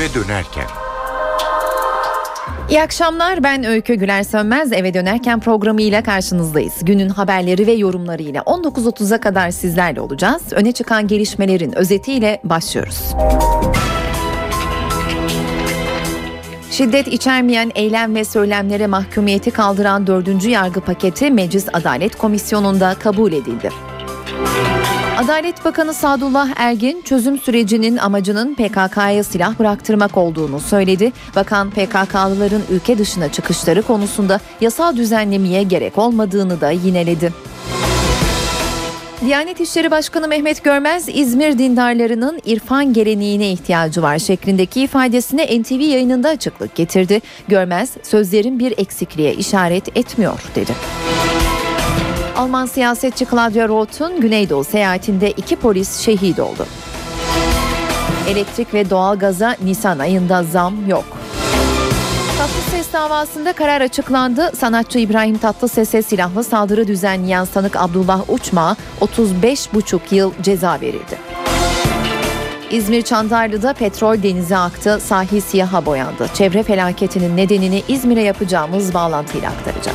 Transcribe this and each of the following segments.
dönerken. İyi akşamlar, ben Öykü Güler Sönmez. Eve dönerken programıyla karşınızdayız. Günün haberleri ve yorumlarıyla 19.30'a kadar sizlerle olacağız. Öne çıkan gelişmelerin özetiyle başlıyoruz. Şiddet içermeyen eylem ve söylemlere mahkumiyeti kaldıran 4. yargı paketi Meclis Adalet Komisyonu'nda kabul edildi. Adalet Bakanı Sadullah Ergin, çözüm sürecinin amacının PKK'ya silah bıraktırmak olduğunu söyledi. Bakan, PKK'lıların ülke dışına çıkışları konusunda yasal düzenlemeye gerek olmadığını da yineledi. Diyanet İşleri Başkanı Mehmet Görmez, İzmir dindarlarının irfan geleneğine ihtiyacı var şeklindeki ifadesine NTV yayınında açıklık getirdi. Görmez, sözlerin bir eksikliğe işaret etmiyor dedi. Alman siyasetçi Claudia Roth'un Güneydoğu seyahatinde 2 polis şehit oldu. Elektrik ve doğalgaza Nisan ayında zam yok. Tatlıses davasında karar açıklandı. Sanatçı İbrahim Tatlıses'e silahlı saldırı düzenleyen sanık Abdullah Uçmak'a 35,5 yıl ceza verildi. İzmir Çandarlı'da petrol denize aktı, sahil siyaha boyandı. Çevre felaketinin nedenini İzmir'e yapacağımız bağlantıyla aktaracağız.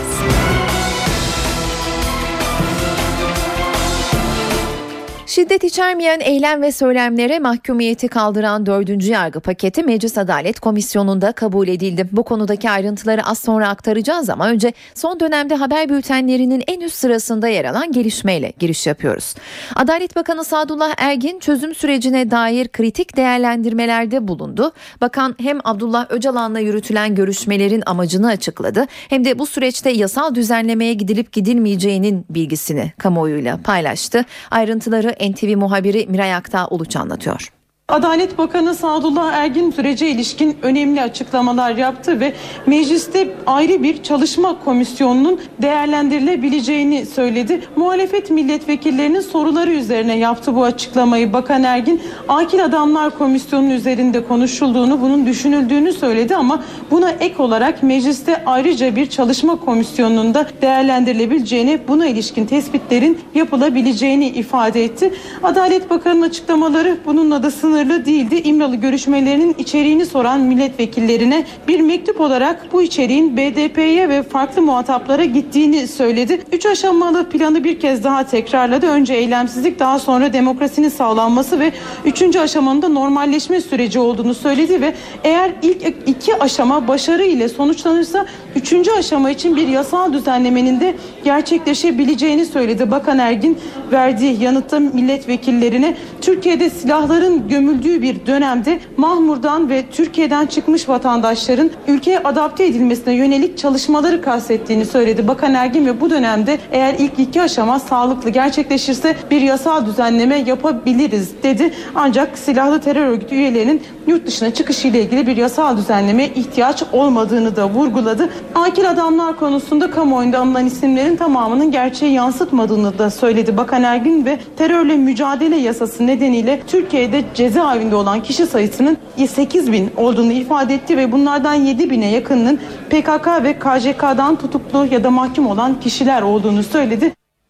Şiddet içermeyen eylem ve söylemlere mahkumiyeti kaldıran 4. yargı paketi Meclis Adalet Komisyonu'nda kabul edildi. Bu konudaki ayrıntıları az sonra aktaracağız ama önce son dönemde haber bültenlerinin en üst sırasında yer alan gelişmeyle giriş yapıyoruz. Adalet Bakanı Sadullah Ergin çözüm sürecine dair kritik değerlendirmelerde bulundu. Bakan hem Abdullah Öcalan'la yürütülen görüşmelerin amacını açıkladı hem de bu süreçte yasal düzenlemeye gidilip gidilmeyeceğinin bilgisini kamuoyuyla paylaştı. Ayrıntıları NTV muhabiri Miray Aktağ Uluç anlatıyor. Adalet Bakanı Sadullah Ergin sürece ilişkin önemli açıklamalar yaptı ve mecliste ayrı bir çalışma komisyonunun değerlendirilebileceğini söyledi. Muhalefet milletvekillerinin soruları üzerine yaptı bu açıklamayı Bakan Ergin. Akil Adamlar Komisyonu'nun üzerinde konuşulduğunu, bunun düşünüldüğünü söyledi ama buna ek olarak mecliste ayrıca bir çalışma komisyonunun da değerlendirilebileceğini, buna ilişkin tespitlerin yapılabileceğini ifade etti. Adalet Bakanı'nın açıklamaları bununla da sınırlı değildi. İmralı görüşmelerinin içeriğini soran milletvekillerine bir mektup olarak bu içeriğin BDP'ye ve farklı muhataplara gittiğini söyledi. 3 aşamalı planı bir kez daha tekrarladı. Önce eylemsizlik, daha sonra demokrasinin sağlanması ve 3. aşamanın da normalleşme süreci olduğunu söyledi ve eğer ilk 2 aşama başarı ile sonuçlanırsa 3. aşama için bir yasal düzenlemenin de gerçekleşebileceğini söyledi. Bakan Ergin verdiği yanıtta milletvekillerine Türkiye'de silahların gömüldüğü bir dönemde Mahmur'dan ve Türkiye'den çıkmış vatandaşların ülkeye adapte edilmesine yönelik çalışmaları kastettiğini söyledi Bakan Ergin ve bu dönemde eğer ilk 2 aşama sağlıklı gerçekleşirse bir yasal düzenleme yapabiliriz dedi. Ancak silahlı terör örgütü üyelerinin yurt dışına çıkışıyla ilgili bir yasal düzenlemeye ihtiyaç olmadığını da vurguladı. Akil adamlar konusunda kamuoyunda anılan isimlerin tamamının gerçeği yansıtmadığını da söyledi Bakan Ergin ve terörle mücadele yasası nedeniyle Türkiye'de cezaevinde olan kişi sayısının 8.000 olduğunu ifade etti ve bunlardan 7.000'e yakınının PKK ve KCK'dan tutuklu ya da mahkum olan kişiler olduğunu söyledi.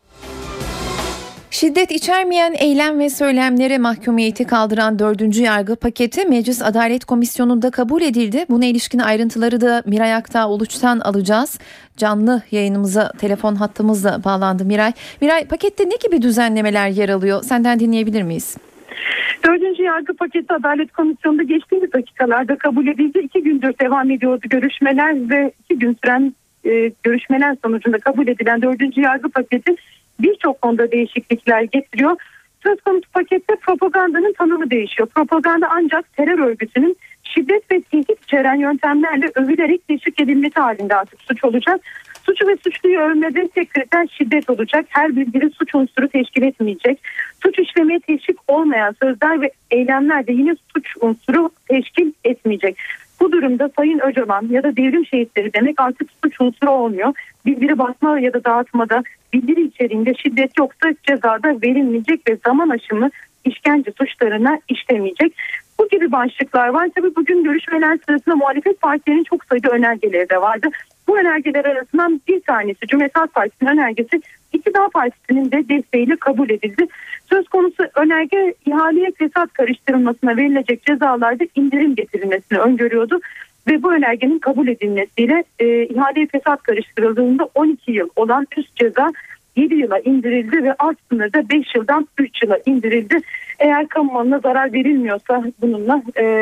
Şiddet içermeyen eylem ve söylemlere mahkumiyeti kaldıran 4. yargı paketi Meclis Adalet Komisyonu'nda kabul edildi. Buna ilişkin ayrıntıları da Miray Aktağ Uluç'tan alacağız. Canlı yayınımıza telefon hattımızla bağlandı Miray. Miray, pakette ne gibi düzenlemeler yer alıyor? Senden dinleyebilir miyiz? 4. yargı paketi Adalet Komisyonu'nda geçtiğimiz dakikalarda kabul edildi. 2 gündür devam ediyordu görüşmeler ve 2 gün süren görüşmeler sonucunda kabul edilen 4. yargı paketi birçok konuda değişiklikler getiriyor. Söz konusu pakette propagandanın tanımı değişiyor. Propaganda ancak terör örgütünün şiddet ve tehdit içeren yöntemlerle övülerek teşvik edilmesi halinde artık suç olacak. Suçu ve suçluyu övmede tek kriter şiddet olacak. Her biri suç unsuru teşkil etmeyecek. Suç işlemeye teşvik olmayan sözler ve eylemler de yine suç unsuru teşkil etmeyecek. Bu durumda Sayın Öcalan ya da devrim şehitleri demek artık suç unsuru olmuyor. Bildiri basma ya da dağıtmada bildiri içeriğinde şiddet yoksa cezada verilmeyecek ve zaman aşımı işkence suçlarına işlemeyecek. Bu gibi başlıklar var. Tabii bugün görüşmeler sırasında muhalefet partilerinin çok sayıda önergeleri de vardı. Bu önergeler arasından bir tanesi Cumhuriyet Halk Partisi'nin önergesi İktidar Partisi'nin de desteğiyle kabul edildi. Söz konusu önerge ihaleye fesat karıştırılmasına verilecek cezalarda indirim getirilmesini öngörüyordu. Ve bu önergenin kabul edilmesiyle ihaleye fesat karıştırıldığında 12 yıl olan üst ceza 7 yıla indirildi ve alt sınır da 5 yıldan 3 yıla indirildi. Eğer kamu malına zarar verilmiyorsa bununla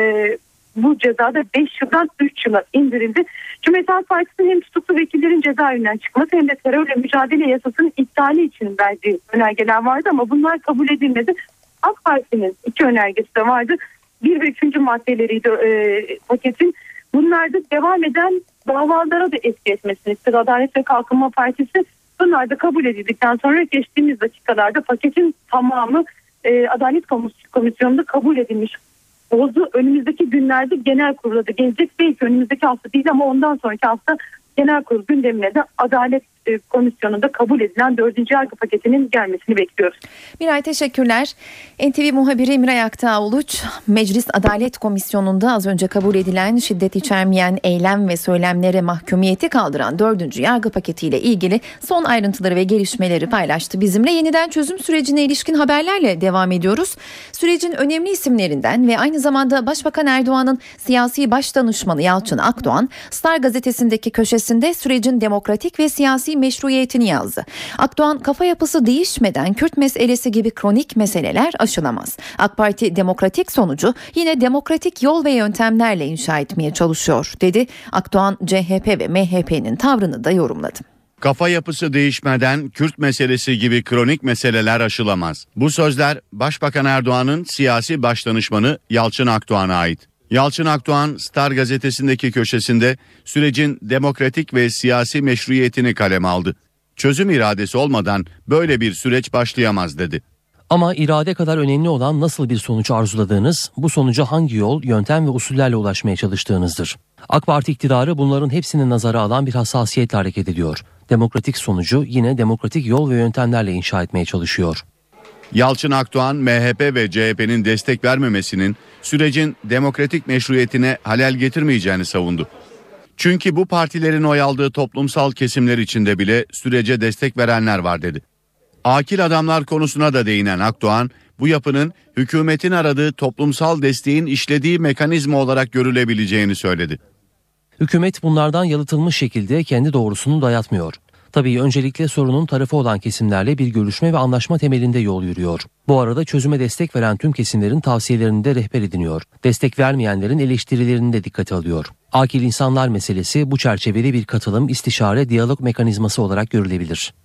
bu ceza da 5 yıldan 3 yıla indirildi. Cumhuriyet Halk Partisi'nin hem tutuklu vekillerin cezaevinden çıkması hem de terörle mücadele yasasının iptali için verdiği önergeler vardı ama bunlar kabul edilmedi. AK Parti'nin 2 önergesi de vardı. 1 ve 3. maddeleriydi paketin. Bunlarda devam eden davalara da etki etmesini istedi Adalet ve Kalkınma Partisi. Bunlar da kabul edildikten sonra geçtiğimiz dakikalarda paketin tamamı Adalet Komisyonu'nda kabul edilmiş oldu. Önümüzdeki günlerde genel kurula da gelecek. Belki önümüzdeki hafta değil ama ondan sonraki hafta genel kurul gündemine de Adalet Komisyonu'nda kabul edilen 4. yargı paketinin gelmesini bekliyoruz. Miray teşekkürler. NTV muhabiri Miray Aktağ-Uluç, Meclis Adalet Komisyonu'nda az önce kabul edilen şiddet içermeyen eylem ve söylemlere mahkumiyeti kaldıran 4. yargı paketiyle ilgili son ayrıntıları ve gelişmeleri paylaştı bizimle. Yeniden çözüm sürecine ilişkin haberlerle devam ediyoruz. Sürecin önemli isimlerinden ve aynı zamanda Başbakan Erdoğan'ın siyasi başdanışmanı Yalçın Akdoğan, Star gazetesindeki köşesinde sürecin demokratik ve siyasi meşruiyetini yazdı. Akdoğan, kafa yapısı değişmeden Kürt meselesi gibi kronik meseleler aşılamaz. AK Parti demokratik sonucu yine demokratik yol ve yöntemlerle inşa etmeye çalışıyor dedi. Akdoğan, CHP ve MHP'nin tavrını da yorumladı. Kafa yapısı değişmeden Kürt meselesi gibi kronik meseleler aşılamaz. Bu sözler Başbakan Erdoğan'ın siyasi başdanışmanı Yalçın Akdoğan'a ait. Yalçın Akdoğan, Star gazetesindeki köşesinde sürecin demokratik ve siyasi meşruiyetini kaleme aldı. Çözüm iradesi olmadan böyle bir süreç başlayamaz dedi. Ama irade kadar önemli olan nasıl bir sonuç arzuladığınız, bu sonuca hangi yol, yöntem ve usullerle ulaşmaya çalıştığınızdır. AK Parti iktidarı bunların hepsini nazara alan bir hassasiyetle hareket ediyor. Demokratik sonucu yine demokratik yol ve yöntemlerle inşa etmeye çalışıyor. Yalçın Akdoğan, MHP ve CHP'nin destek vermemesinin sürecin demokratik meşruiyetine halel getirmeyeceğini savundu. Çünkü bu partilerin oy aldığı toplumsal kesimler içinde bile sürece destek verenler var dedi. Akil adamlar konusuna da değinen Akdoğan, bu yapının hükümetin aradığı toplumsal desteğin işlediği mekanizma olarak görülebileceğini söyledi. Hükümet bunlardan yalıtılmış şekilde kendi doğrusunu dayatmıyor. Tabii öncelikle sorunun tarafı olan kesimlerle bir görüşme ve anlaşma temelinde yol yürüyor. Bu arada çözüme destek veren tüm kesimlerin tavsiyelerini de rehber ediniyor. Destek vermeyenlerin eleştirilerini de dikkate alıyor. Akil insanlar meselesi bu çerçevede bir katılım, istişare, diyalog mekanizması olarak görülebilir.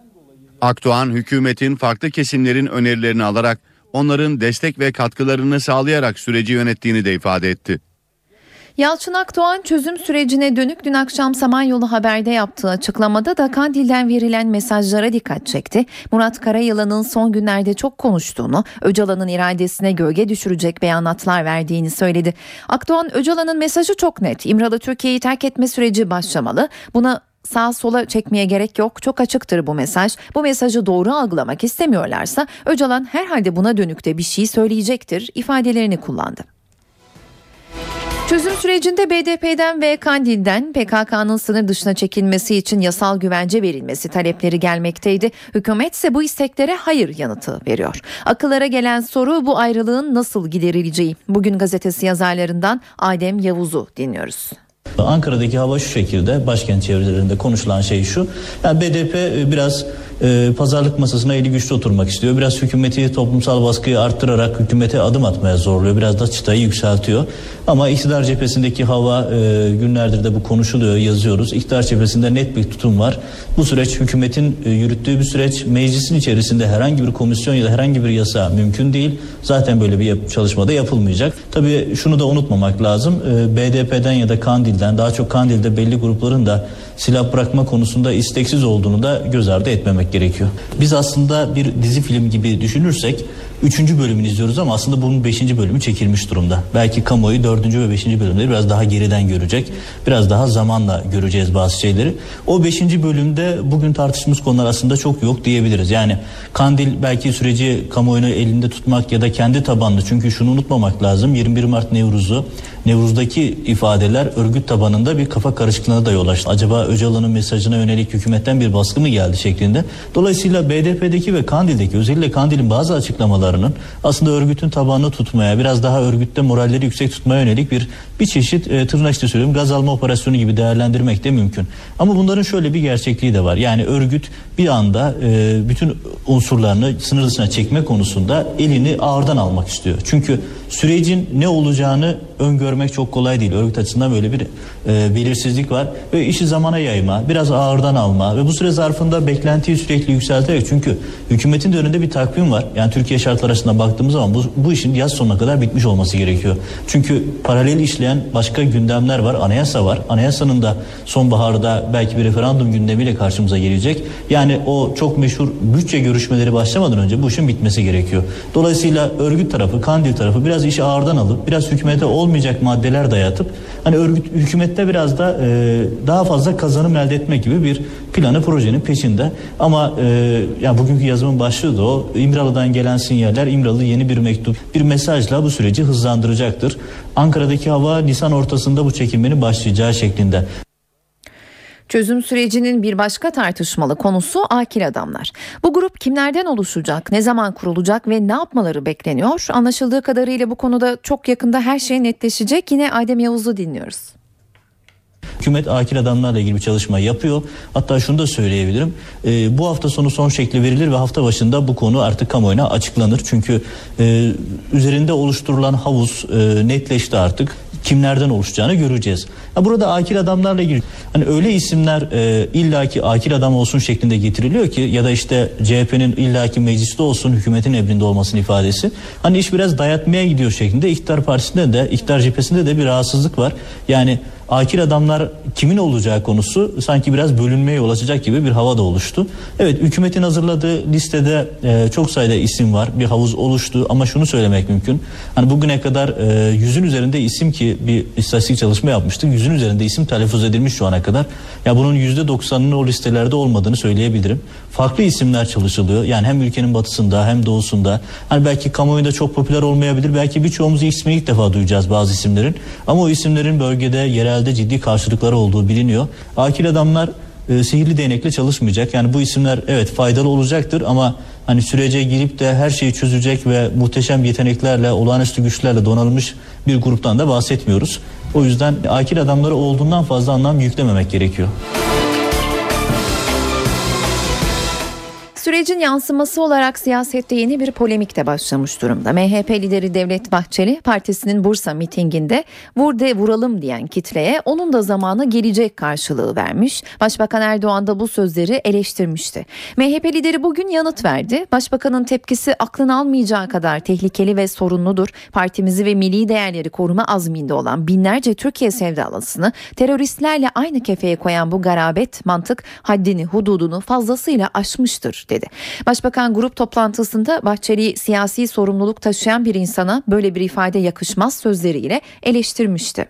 Akdoğan, hükümetin farklı kesimlerin önerilerini alarak onların destek ve katkılarını sağlayarak süreci yönettiğini de ifade etti. Yalçın Akdoğan çözüm sürecine dönük dün akşam Samanyolu Haber'de yaptığı açıklamada da Kandil'den verilen mesajlara dikkat çekti. Murat Karayılan'ın son günlerde çok konuştuğunu, Öcalan'ın iradesine gölge düşürecek beyanatlar verdiğini söyledi. Akdoğan, Öcalan'ın mesajı çok net. İmralı Türkiye'yi terk etme süreci başlamalı. Buna sağa sola çekmeye gerek yok. Çok açıktır bu mesaj. Bu mesajı doğru algılamak istemiyorlarsa Öcalan herhalde buna dönük de bir şey söyleyecektir ifadelerini kullandı. Çözüm sürecinde BDP'den ve Kandil'den PKK'nın sınır dışına çekilmesi için yasal güvence verilmesi talepleri gelmekteydi. Hükümet ise bu isteklere hayır yanıtı veriyor. Akıllara gelen soru bu ayrılığın nasıl giderileceği. Bugün gazetesi yazarlarından Adem Yavuz'u dinliyoruz. Ankara'daki hava şu şekilde, başkent çevrelerinde konuşulan şey şu. Yani BDP biraz pazarlık masasına eli güçlü oturmak istiyor. Biraz hükümeti toplumsal baskıyı arttırarak hükümete adım atmaya zorluyor. Biraz da çıtayı yükseltiyor. Ama iktidar cephesindeki hava günlerdir de bu konuşuluyor, yazıyoruz. İktidar cephesinde net bir tutum var. Bu süreç hükümetin yürüttüğü bir süreç. Meclisin içerisinde herhangi bir komisyon ya da herhangi bir yasa mümkün değil. Zaten böyle bir çalışmada yapılmayacak. Tabii şunu da unutmamak lazım. BDP'den ya da Kandil'den, daha çok Kandil'de belli grupların da silah bırakma konusunda isteksiz olduğunu da göz ardı etmemek gerekiyor. Biz aslında bir dizi film gibi düşünürsek 3. bölümünü izliyoruz ama aslında bunun 5. bölümü çekilmiş durumda. Belki kamuoyu 4. ve 5. bölümleri biraz daha geriden görecek. Biraz daha zamanla göreceğiz bazı şeyleri. O 5. bölümde bugün tartıştığımız konular aslında çok yok diyebiliriz. Yani Kandil belki süreci kamuoyunu elinde tutmak ya da kendi tabanlı. Çünkü şunu unutmamak lazım. 21 Mart Nevruz'daki ifadeler örgüt tabanında bir kafa karışıklığına da yol açtı. Acaba Öcalan'ın mesajına yönelik hükümetten bir baskı mı geldi şeklinde. Dolayısıyla BDP'deki ve Kandil'deki, özellikle Kandil'in bazı açıklamalarının aslında örgütün tabanını tutmaya, biraz daha örgütte moralleri yüksek tutmaya yönelik bir çeşit tırnak içinde söylüyorum gaz alma operasyonu gibi değerlendirmek de mümkün. Ama bunların şöyle bir gerçekliği de var. Yani örgüt bir anda bütün unsurlarını sınır dışına çekme konusunda elini ağırdan almak istiyor. Çünkü sürecin ne olacağını öngörmek çok kolay değil. Örgüt açısından böyle bir belirsizlik var ve işi zamana yayma, biraz ağırdan alma ve bu süre zarfında beklentiyi sürekli yükselterek, çünkü hükümetin de önünde bir takvim var. Yani Türkiye şartları arasında baktığımız zaman bu işin yaz sonuna kadar bitmiş olması gerekiyor. Çünkü paralel işleyen başka gündemler var, anayasa var. Anayasanın da sonbaharda belki bir referandum gündemiyle karşımıza gelecek. Yani o çok meşhur bütçe görüşmeleri başlamadan önce bu işin bitmesi gerekiyor. Dolayısıyla örgüt tarafı, Kandil tarafı biraz işi ağırdan alıp biraz hükümete olmayacak maddeler dayatıp hani hükümette biraz da daha fazla kazanım elde etmek gibi bir planı, projenin peşinde. Ama yani bugünkü yazımın başlığı da o. İmralı'dan gelen sinyaller, İmralı yeni bir mektup, bir mesajla bu süreci hızlandıracaktır. Ankara'daki hava Nisan ortasında bu çekilmenin başlayacağı şeklinde. Çözüm sürecinin bir başka tartışmalı konusu akil adamlar. Bu grup kimlerden oluşacak, ne zaman kurulacak ve ne yapmaları bekleniyor? Anlaşıldığı kadarıyla bu konuda çok yakında her şey netleşecek. Yine Adem Yavuz'u dinliyoruz. Hükümet akil adamlarla ilgili bir çalışma yapıyor. Hatta şunu da söyleyebilirim. Bu hafta sonu son şekli verilir ve hafta başında bu konu artık kamuoyuna açıklanır. Çünkü üzerinde oluşturulan havuz netleşti artık. Kimlerden oluşacağını göreceğiz. Burada akil adamlarla ilgili hani öyle isimler illaki akil adam olsun şeklinde getiriliyor ki, ya da işte CHP'nin illaki mecliste olsun, hükümetin emrinde olmasının ifadesi. Hani iş biraz dayatmaya gidiyor şeklinde. İktidar partisinde de, iktidar cephesinde de bir rahatsızlık var. Yani akil adamlar kimin olacağı konusu sanki biraz bölünmeye yol açacak gibi bir hava da oluştu. Evet, hükümetin hazırladığı listede çok sayıda isim var. Bir havuz oluştu ama şunu söylemek mümkün. Hani bugüne kadar 100'ün üzerinde isim, ki bir istatistik çalışma yapmıştık. 100'ün üzerinde isim telaffuz edilmiş şu ana kadar. Ya bunun %90'ının o listelerde olmadığını söyleyebilirim. Farklı isimler çalışılıyor. Yani hem ülkenin batısında hem doğusunda. Hani belki kamuoyunda çok popüler olmayabilir. Belki birçoğumuz ismini ilk defa duyacağız bazı isimlerin. Ama o isimlerin bölgede, yerelde ciddi karşılıkları olduğu biliniyor. Akil adamlar sihirli değnekle çalışmayacak. Yani bu isimler evet faydalı olacaktır ama hani sürece girip de her şeyi çözecek ve muhteşem yeteneklerle, olağanüstü güçlerle donanılmış bir gruptan da bahsetmiyoruz. O yüzden akil adamları olduğundan fazla anlam yüklememek gerekiyor. Sürecin yansıması olarak siyasette yeni bir polemik de başlamış durumda. MHP lideri Devlet Bahçeli partisinin Bursa mitinginde "vur de vuralım" diyen kitleye onun da zamanı gelecek karşılığı vermiş. Başbakan Erdoğan da bu sözleri eleştirmişti. MHP lideri bugün yanıt verdi. Başbakanın tepkisi aklın almayacağı kadar tehlikeli ve sorunludur. Partimizi ve milli değerleri koruma azminde olan binlerce Türkiye sevdalısını teröristlerle aynı kefeye koyan bu garabet mantık haddini, hududunu fazlasıyla aşmıştır dedi. Başbakan grup toplantısında Bahçeli'yi siyasi sorumluluk taşıyan bir insana böyle bir ifade yakışmaz sözleriyle eleştirmişti.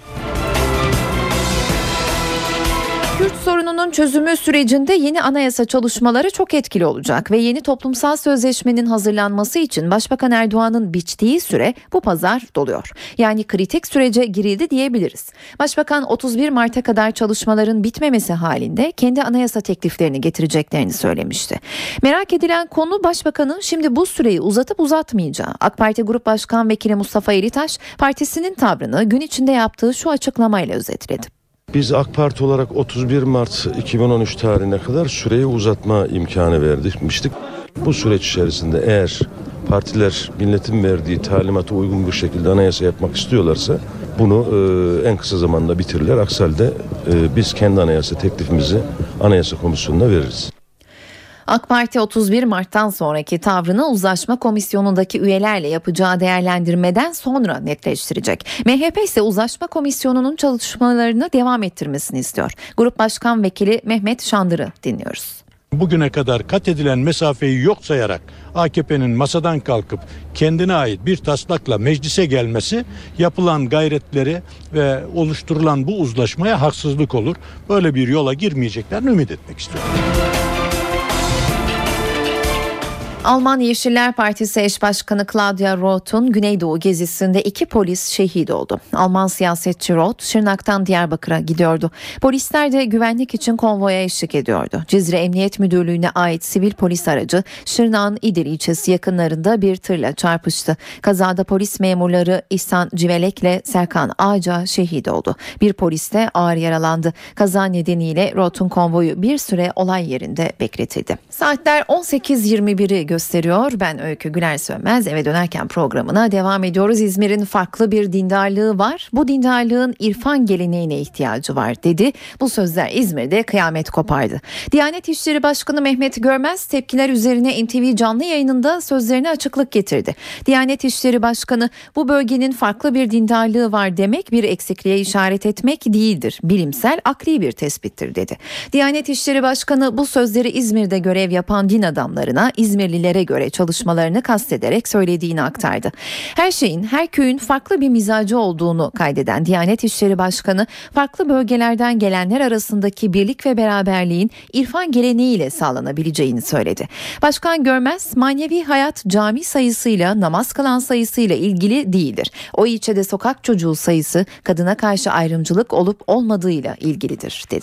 Kürt sorununun çözümü sürecinde yeni anayasa çalışmaları çok etkili olacak ve yeni toplumsal sözleşmenin hazırlanması için Başbakan Erdoğan'ın biçtiği süre bu pazar doluyor. Yani kritik sürece girildi diyebiliriz. Başbakan 31 Mart'a kadar çalışmaların bitmemesi halinde kendi anayasa tekliflerini getireceklerini söylemişti. Merak edilen konu Başbakan'ın şimdi bu süreyi uzatıp uzatmayacağı. AK Parti Grup Başkan Vekili Mustafa Elitaş partisinin tavrını gün içinde yaptığı şu açıklamayla özetledi. Biz AK Parti olarak 31 Mart 2013 tarihine kadar süreyi uzatma imkanı vermiştik. Bu süreç içerisinde eğer partiler milletin verdiği talimata uygun bir şekilde anayasa yapmak istiyorlarsa bunu en kısa zamanda bitirirler. Aksi halde biz kendi anayasa teklifimizi Anayasa Komisyonu'na veririz. AK Parti 31 Mart'tan sonraki tavrını uzlaşma komisyonundaki üyelerle yapacağı değerlendirmeden sonra netleştirecek. MHP ise uzlaşma komisyonunun çalışmalarını devam ettirmesini istiyor. Grup Başkan Vekili Mehmet Şandır'ı dinliyoruz. Bugüne kadar kat edilen mesafeyi yok sayarak AKP'nin masadan kalkıp kendine ait bir taslakla meclise gelmesi yapılan gayretleri ve oluşturulan bu uzlaşmaya haksızlık olur. Böyle bir yola girmeyeceklerini ümit etmek istiyorum. Alman Yeşiller Partisi eş başkanı Claudia Roth'un Güneydoğu gezisinde 2 polis şehit oldu. Alman siyasetçi Roth, Şırnak'tan Diyarbakır'a gidiyordu. Polisler de güvenlik için konvoya eşlik ediyordu. Cizre Emniyet Müdürlüğü'ne ait sivil polis aracı Şırnak'ın İdil ilçesi yakınlarında bir tırla çarpıştı. Kazada polis memurları İhsan Civelek ile Serkan Ağaca şehit oldu. Bir polis de ağır yaralandı. Kaza nedeniyle Roth'un konvoyu bir süre olay yerinde bekletildi. Saatler 18:21'i gösteriyor. Ben Öykü Güler Sönmez, eve dönerken programına devam ediyoruz. İzmir'in farklı bir dindarlığı var. Bu dindarlığın irfan geleneğine ihtiyacı var dedi. Bu sözler İzmir'de kıyamet kopardı. Diyanet İşleri Başkanı Mehmet Görmez tepkiler üzerine NTV canlı yayınında sözlerine açıklık getirdi. Diyanet İşleri Başkanı bu bölgenin farklı bir dindarlığı var demek bir eksikliğe işaret etmek değildir. Bilimsel, akli bir tespittir dedi. Diyanet İşleri Başkanı bu sözleri İzmir'de görev yapan din adamlarına, İzmirlilere göre çalışmalarını kastederek söylediğini aktardı. Her şeyin, her köyün farklı bir mizacı olduğunu kaydeden Diyanet İşleri Başkanı, farklı bölgelerden gelenler arasındaki birlik ve beraberliğin irfan geleneğiyle sağlanabileceğini söyledi. Başkan Görmez, manevi hayat cami sayısıyla, namaz kılan sayısıyla ilgili değildir. O ilçede sokak çocuğu sayısı kadına karşı ayrımcılık olup olmadığıyla ilgilidir dedi.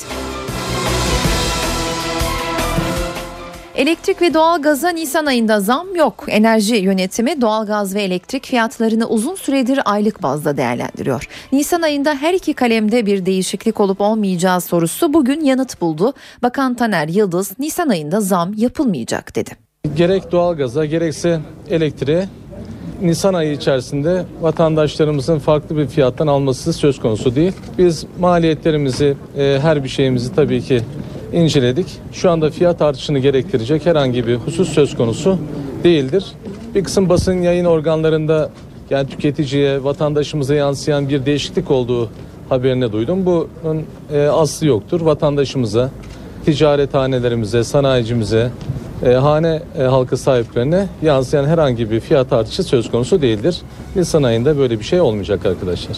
Elektrik ve doğalgaza Nisan ayında zam yok. Enerji yönetimi doğalgaz ve elektrik fiyatlarını uzun süredir aylık bazda değerlendiriyor. Nisan ayında her iki kalemde bir değişiklik olup olmayacağı sorusu bugün yanıt buldu. Bakan Taner Yıldız, Nisan ayında zam yapılmayacak dedi. Gerek doğalgaza gerekse elektriğe Nisan ayı içerisinde vatandaşlarımızın farklı bir fiyattan alması söz konusu değil. Biz maliyetlerimizi, her bir şeyimizi tabii ki inceledik. Şu anda fiyat artışını gerektirecek herhangi bir husus söz konusu değildir. Bir kısım basın yayın organlarında yani tüketiciye, vatandaşımıza yansıyan bir değişiklik olduğu haberini duydum. Bunun aslı yoktur. Vatandaşımıza, ticarethanelerimize, sanayicimize, hane halkı sahiplerine yansıyan herhangi bir fiyat artışı söz konusu değildir. Nisan ayında böyle bir şey olmayacak arkadaşlar.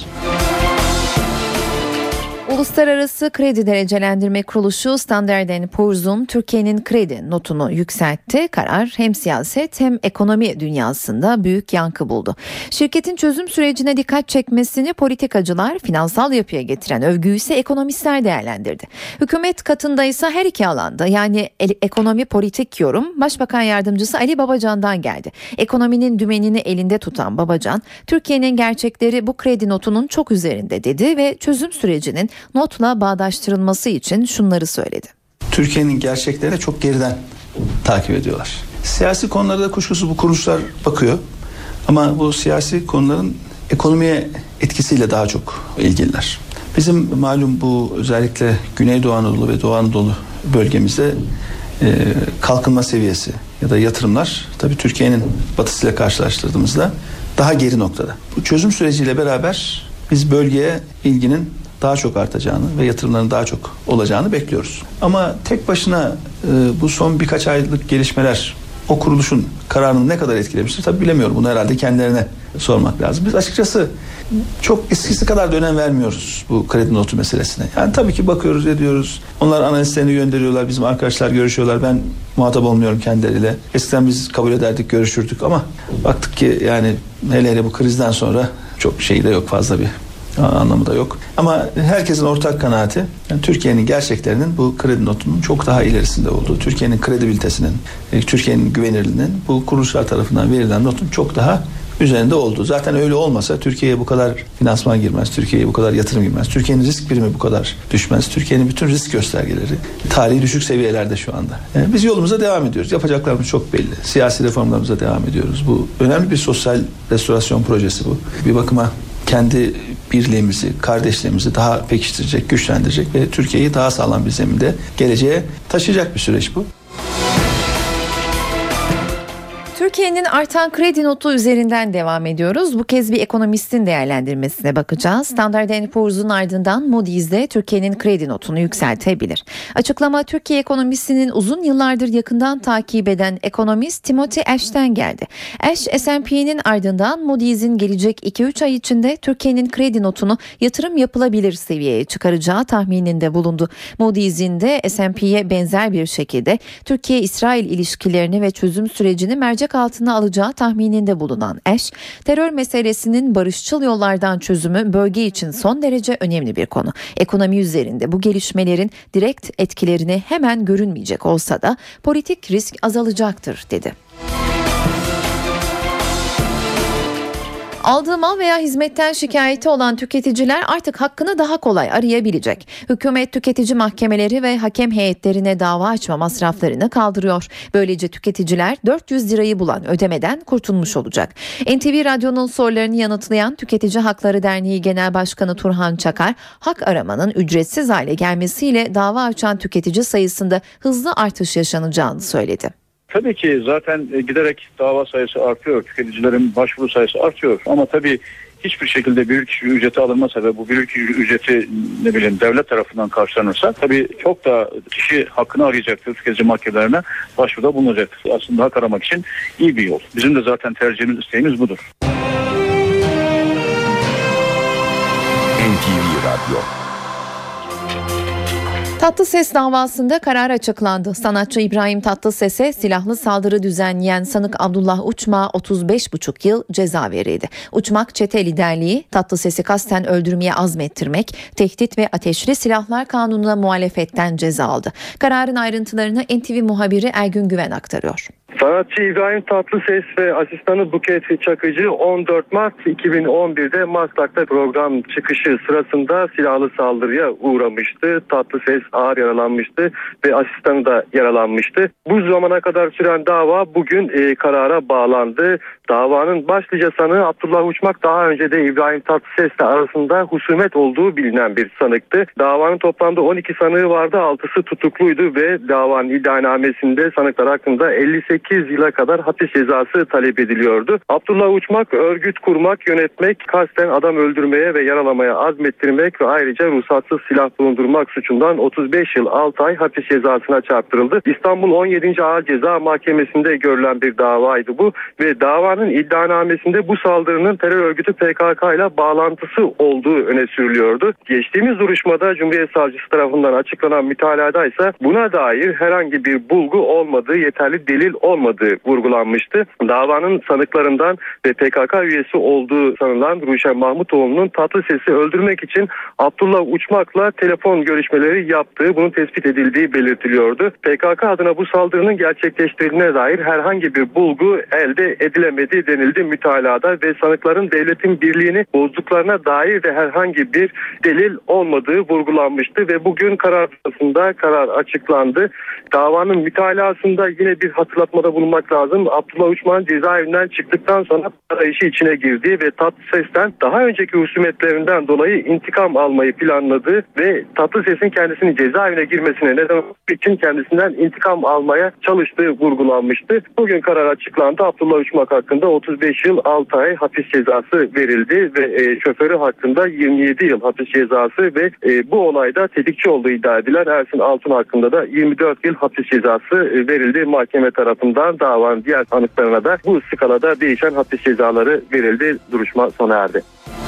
Uluslararası Kredi Derecelendirme Kuruluşu Standard & Poor's'un Türkiye'nin kredi notunu yükseltti. Karar hem siyaset hem ekonomi dünyasında büyük yankı buldu. Şirketin çözüm sürecine dikkat çekmesini politikacılar, finansal yapıya getiren övgüyü ise ekonomistler değerlendirdi. Hükümet katında ise her iki alanda yani ekonomi politik yorum Başbakan Yardımcısı Ali Babacan'dan geldi. Ekonominin dümenini elinde tutan Babacan, Türkiye'nin gerçekleri bu kredi notunun çok üzerinde dedi ve çözüm sürecinin notla bağdaştırılması için şunları söyledi. Türkiye'nin gerçeklerine çok geriden takip ediyorlar. Siyasi konularda kuşkusuz bu kuruluşlar bakıyor. Ama bu siyasi konuların ekonomiye etkisiyle daha çok ilgililer. Bizim malum bu özellikle Güneydoğu Anadolu ve Doğu Anadolu bölgemizde kalkınma seviyesi ya da yatırımlar tabii Türkiye'nin batısıyla karşılaştırdığımızda daha geri noktada. Bu çözüm süreciyle beraber biz bölgeye ilginin daha çok artacağını ve yatırımların daha çok olacağını bekliyoruz. Ama tek başına bu son birkaç aylık gelişmeler o kuruluşun kararını ne kadar etkilemiştir tabii bilemiyorum. Bunu herhalde kendilerine sormak lazım. Biz açıkçası çok eskisi kadar da önem vermiyoruz bu kredi notu meselesine. Yani tabii ki bakıyoruz, ediyoruz. Onlar analistlerini gönderiyorlar. Bizim arkadaşlar görüşüyorlar. Ben muhatap olmuyorum kendileriyle. Eskiden biz kabul ederdik, görüşürdük ama baktık ki yani hele bu krizden sonra çok şey de yok, fazla bir anlamı da yok. Ama herkesin ortak kanaati yani Türkiye'nin gerçeklerinin bu kredi notunun çok daha ilerisinde olduğu, Türkiye'nin kredibilitesinin, Türkiye'nin güvenilirliğinin bu kuruluşlar tarafından verilen notun çok daha üzerinde olduğu. Zaten öyle olmasa Türkiye'ye bu kadar finansman girmez, Türkiye'ye bu kadar yatırım girmez, Türkiye'nin risk birimi bu kadar düşmez, Türkiye'nin bütün risk göstergeleri tarihi düşük seviyelerde şu anda. Yani biz yolumuza devam ediyoruz. Yapacaklarımız çok belli. Siyasi reformlarımıza devam ediyoruz. Bu önemli bir sosyal restorasyon projesi bu. Bir bakıma kendi birliğimizi, kardeşliğimizi daha pekiştirecek, güçlendirecek ve Türkiye'yi daha sağlam bir zeminde geleceğe taşıyacak bir süreç bu. Türkiye'nin artan kredi notu üzerinden devam ediyoruz. Bu kez bir ekonomistin değerlendirmesine bakacağız. Standard & Poor's'un ardından Moody's de Türkiye'nin kredi notunu yükseltebilir. Açıklama Türkiye ekonomisinin uzun yıllardır yakından takip eden ekonomist Timothy Ash'ten geldi. Ash, S&P'nin ardından Moody's'in gelecek 2-3 ay içinde Türkiye'nin kredi notunu yatırım yapılabilir seviyeye çıkaracağı tahmininde bulundu. Moody's'in de S&P'ye benzer bir şekilde Türkiye-İsrail ilişkilerini ve çözüm sürecini mercek altına alacağı tahmininde bulunan Ash, terör meselesinin barışçıl yollardan çözümü bölge için son derece önemli bir konu. Ekonomi üzerinde bu gelişmelerin direkt etkilerini hemen görünmeyecek olsa da politik risk azalacaktır dedi. Aldığı mal veya hizmetten şikayeti olan tüketiciler artık hakkını daha kolay arayabilecek. Hükümet tüketici mahkemeleri ve hakem heyetlerine dava açma masraflarını kaldırıyor. Böylece tüketiciler 400 lirayı bulan ödemeden kurtulmuş olacak. NTV Radyo'nun sorularını yanıtlayan Tüketici Hakları Derneği Genel Başkanı Turhan Çakar, hak aramanın ücretsiz hale gelmesiyle dava açan tüketici sayısında hızlı artış yaşanacağını söyledi. Tabii ki zaten giderek dava sayısı artıyor, tüketicilerin başvuru sayısı artıyor ama tabii hiçbir şekilde bilirkişi ücreti alınmasa ve bu bilirkişi ücreti devlet tarafından karşılanırsa tabii çok da kişi hakkını arayacaktır, tüketici mahkemelerine başvuruda bulunacaktır. Aslında hak aramak için iyi bir yol. Bizim de zaten tercihimiz, isteğimiz budur. NTV Radyo. Tatlıses davasında karar açıklandı. Sanatçı İbrahim Tatlıses'e silahlı saldırı düzenleyen sanık Abdullah Uçmak'a 35,5 yıl ceza verildi. Uçmak çete liderliği, Tatlıses'i kasten öldürmeye azmettirmek, tehdit ve ateşli silahlar kanununa muhalefetten ceza aldı. Kararın ayrıntılarını NTV muhabiri Ergün Güven aktarıyor. Sanatçı İbrahim Tatlıses ve asistanı Buket Çakıcı 14 Mart 2011'de Maslak'ta program çıkışı sırasında silahlı saldırıya uğramıştı. Tatlıses ağır yaralanmıştı ve asistanı da yaralanmıştı. Bu zamana kadar süren dava bugün karara bağlandı. Davanın başlıca sanığı Abdullah Uçmak daha önce de İbrahim Tatlıses'le arasında husumet olduğu bilinen bir sanıktı. Davanın toplamda 12 sanığı vardı, 6'sı tutukluydu ve davanın iddianamesinde sanıklar hakkında 58 yıla kadar hapis cezası talep ediliyordu. Abdullah Uçmak örgüt kurmak, yönetmek, kasten adam öldürmeye ve yaralamaya azmettirmek ve ayrıca ruhsatsız silah bulundurmak suçundan 35 yıl 6 ay hapis cezasına çarptırıldı. İstanbul 17. Ağır Ceza Mahkemesi'nde görülen bir davaydı bu ve davanın iddianamesinde bu saldırının terör örgütü PKK ile bağlantısı olduğu öne sürülüyordu. Geçtiğimiz duruşmada Cumhuriyet Savcısı tarafından açıklanan mütalada ise buna dair herhangi bir bulgu olmadığı, yeterli delil olmadığı vurgulanmıştı. Davanın sanıklarından ve PKK üyesi olduğu sanılan Ruşen Mahmutoğlu'nun Tatlıses'i öldürmek için Abdullah Uçmak'la telefon görüşmeleri yaptığı, bunun tespit edildiği belirtiliyordu. PKK adına bu saldırının gerçekleştirildiğine dair herhangi bir bulgu elde edilemedi denildi mütalada ve sanıkların devletin birliğini bozduklarına dair de herhangi bir delil olmadığı vurgulanmıştı ve bugün karar açıklandı. Davanın mütalasında yine bir hatırlatmada bulunmak lazım. Abdullah Uçmak'ın cezaevinden çıktıktan sonra arayışı içine girdi ve Tatlıses'ten daha önceki husumetlerinden dolayı intikam almayı planladı ve Tatlıses'in kendisinin cezaevine girmesine neden olduğu için kendisinden intikam almaya çalıştığı vurgulanmıştı. Bugün karar açıklandı. Abdullah Uçmak hakkında 35 yıl 6 ay hapis cezası verildi ve şoförü hakkında 27 yıl hapis cezası ve bu olayda tetikçi olduğu iddia edilen Ersin Altun hakkında da 24 yıl hapis cezası verildi. Mahkeme tarafından davanın diğer sanıklarına da bu skalada değişen hapis cezaları verildi. Duruşma sona erdi.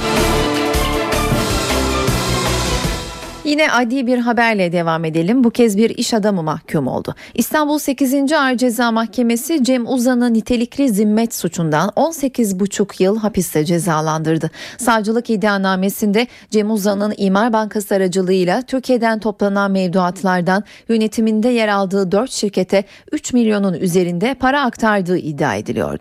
Yine adli bir haberle devam edelim. Bu kez bir iş adamı mahkum oldu. İstanbul 8. Ağır Ceza Mahkemesi Cem Uzan'ı nitelikli zimmet suçundan 18,5 yıl hapiste cezalandırdı. Savcılık iddianamesinde Cem Uzan'ın İmar Bankası aracılığıyla Türkiye'den toplanan mevduatlardan yönetiminde yer aldığı 4 şirkete 3 milyonun üzerinde para aktardığı iddia ediliyordu.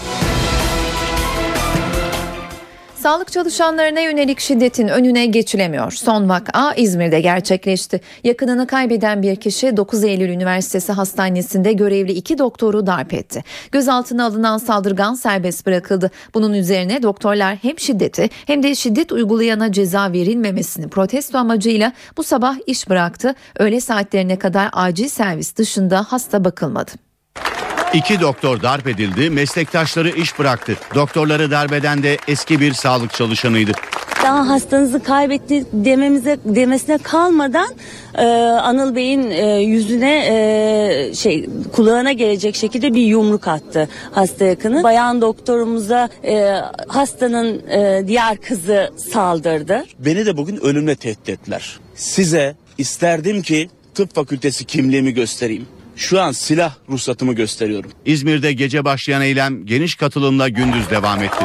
Sağlık çalışanlarına yönelik şiddetin önüne geçilemiyor. Son vaka İzmir'de gerçekleşti. Yakınını kaybeden bir kişi 9 Eylül Üniversitesi Hastanesi'nde görevli 2 doktoru darp etti. Gözaltına alınan saldırgan serbest bırakıldı. Bunun üzerine doktorlar hem şiddeti hem de şiddet uygulayana ceza verilmemesini protesto amacıyla bu sabah iş bıraktı. Öğle saatlerine kadar acil servis dışında hasta bakılmadı. 2 doktor darp edildi, meslektaşları iş bıraktı. Doktorları darp eden de eski bir sağlık çalışanıydı. Daha hastanızı kaybetti demesine kalmadan Anıl Bey'in yüzüne kulağına gelecek şekilde bir yumruk attı hasta yakını. Bayan doktorumuza hastanın diğer kızı saldırdı. Beni de bugün ölümle tehdit ettiler. Size isterdim ki tıp fakültesi kimliğimi göstereyim. Şu an silah ruhsatımı gösteriyorum. İzmir'de gece başlayan eylem geniş katılımla gündüz devam etti.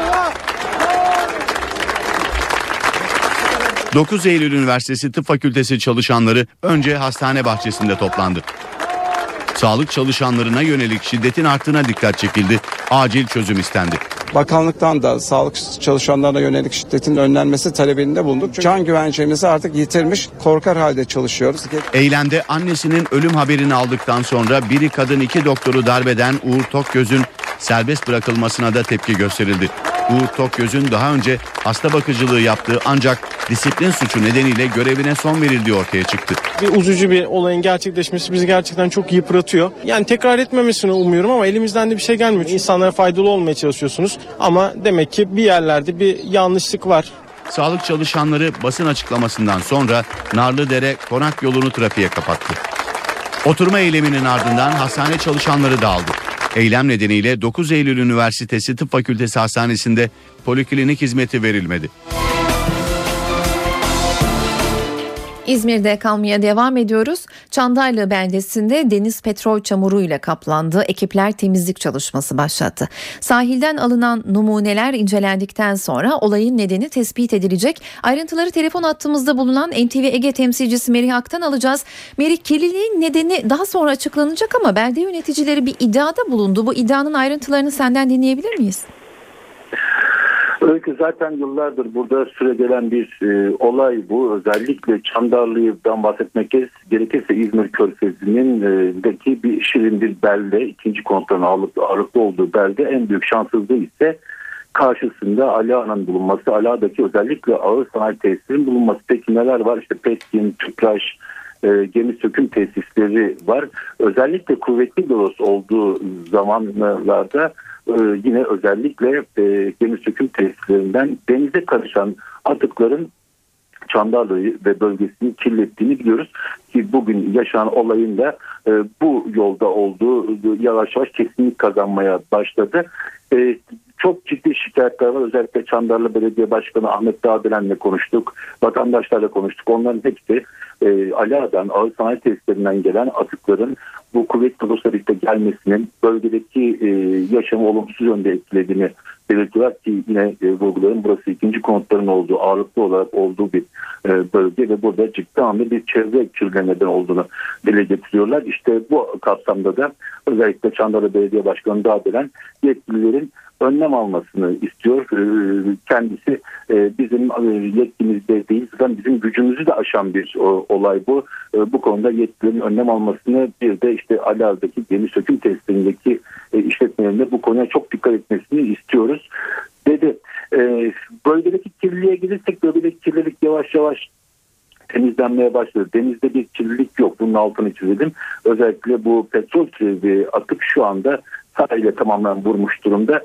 9 Eylül Üniversitesi Tıp Fakültesi çalışanları önce hastane bahçesinde toplandı. Sağlık çalışanlarına yönelik şiddetin arttığına dikkat çekildi. Acil çözüm istendi. Bakanlıktan da sağlık çalışanlarına yönelik şiddetin önlenmesi talebinde bulunduk. Can güvencemizi artık yitirmiş, korkar halde çalışıyoruz. Eylemde annesinin ölüm haberini aldıktan sonra biri kadın 2 doktoru darbeden Uğur Tokgöz'ün serbest bırakılmasına da tepki gösterildi. Uğur Tokgöz'ün daha önce hasta bakıcılığı yaptığı ancak disiplin suçu nedeniyle görevine son verildiği ortaya çıktı. Üzücü bir olayın gerçekleşmesi bizi gerçekten çok yıpratıyor. Yani tekrar etmemesini umuyorum ama elimizden de bir şey gelmiyor. İnsanlara faydalı olmaya çalışıyorsunuz ama demek ki bir yerlerde bir yanlışlık var. Sağlık çalışanları basın açıklamasından sonra Narlıdere Konak yolunu trafiğe kapattı. Oturma eyleminin ardından hastane çalışanları dağıldı. Eylem nedeniyle 9 Eylül Üniversitesi Tıp Fakültesi Hastanesi'nde poliklinik hizmeti verilmedi. İzmir'de kalmaya devam ediyoruz. Çandarlı beldesinde deniz petrol çamuruyla kaplandı. Ekipler temizlik çalışması başlattı. Sahilden alınan numuneler incelendikten sonra olayın nedeni tespit edilecek. Ayrıntıları telefon hattımızda bulunan NTV Ege temsilcisi Merih Ak'tan alacağız. Merih, kirliliğin nedeni daha sonra açıklanacak ama belde yöneticileri bir iddiada bulundu. Bu iddianın ayrıntılarını senden dinleyebilir miyiz? Öykü, zaten yıllardır burada süregelen bir olay bu. Özellikle Çandarlı'dan bahsetmek gerekirse İzmir Körfezi'nin deki bir şirin bir belde, ikinci komutanın ağırlıklı olduğu belde, en büyük şanssızlığı ise karşısında Ali Ağa'nın bulunması, Ali Ağa'daki özellikle ağır sanayi tesislerinin bulunması. Peki neler var? İşte Peskin, Tüpraş, gemi söküm tesisleri var. Özellikle kuvvetli dolos olduğu zamanlarda yine özellikle gemi söküm tesislerinden denize karışan atıkların Çandarlı'yı ve bölgesini kirlettiğini biliyoruz ki bugün yaşanan olayın da bu yolda olduğu yavaş yavaş kesinlik kazanmaya başladı. Çok ciddi şikayetler var. Özellikle Çandarlı Belediye Başkanı Ahmet Dağdelen'le konuştuk. Vatandaşlarla konuştuk. Onların hepsi Ali Ağa'dan, ağır sanayi tesislerinden gelen atıkların bu kuvvetli dolosla birlikte gelmesinin bölgedeki yaşamı olumsuz yönde etkilediğini belirtiyorlar ki yine vurguların burası ikinci konutların olduğu, ağırlıklı olarak olduğu bir bölge ve burada ciddi anlamda bir çevre kirliliğine neden olduğunu dile getiriyorlar. İşte bu kapsamda da özellikle Çandarlı Belediye Başkanı Dağdelen yetkililerin önlem almasını istiyor. Kendisi bizim yetkimizde değil, zaten bizim gücümüzü de aşan bir olay bu. Bu konuda yetkililerin önlem almasını, bir de işte Ali Ağa'daki gemi söküm tesislerindeki işletmelerinde bu konuya çok dikkat etmesini istiyoruz dedi. Bölgedeki kirliliğe gelirsek, bölgedeki kirlilik yavaş yavaş temizlenmeye başladı. Denizde bir kirlilik yok. Bunun altını çizelim. Özellikle bu petrol türevi atık şu anda sahile tamamen vurmuş durumda.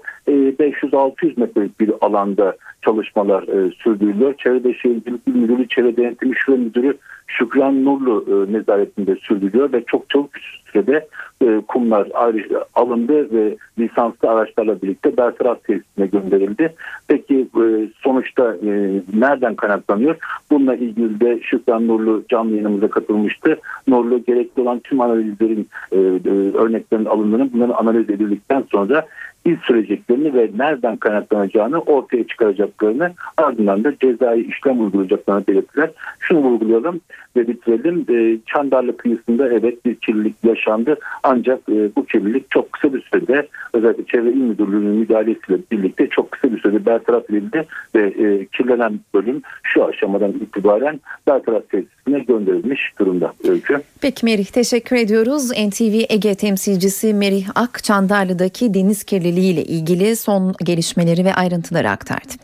500-600 metrelik bir alanda çalışmalar sürdürülüyor. Çevre Şehircilik İl Müdürlüğü Çevre Denetimi Şube Müdürü Şükran Nurlu nezaretinde sürdürülüyor ve çok çabuk sürede kumlar alındı ve lisanslı araçlarla birlikte bertaraf tesisine gönderildi. Peki sonuçta nereden kaynaklanıyor? Bununla ilgili de Şükran Nurlu canlı yayınımıza katılmıştı. Nurlu gerekli olan tüm analizlerin örneklerin alındığını, bunların analiz edildikten sonra iz süreceklerini ve nereden kaynaklanacağını ortaya çıkaracaklarını, ardından da cezai işlem uygulayacaklarını belirttiler. Şunu vurgulayalım ve bitirelim. Çandarlı kıyısında evet bir kirlilik yaşandı. Ancak bu kirlilik çok kısa bir sürede, özellikle Çevre İl Müdürlüğü'nün müdahalesiyle birlikte çok kısa bir sürede bertaraf edildi ve kirlenen bölüm şu aşamadan itibaren bertaraf tesisine gönderilmiş durumda. Öykü. Peki Merih, teşekkür ediyoruz. NTV Ege temsilcisi Merih Ak, Çandarlı'daki deniz kirliliği ile ilgili son gelişmeleri ve ayrıntıları aktardı.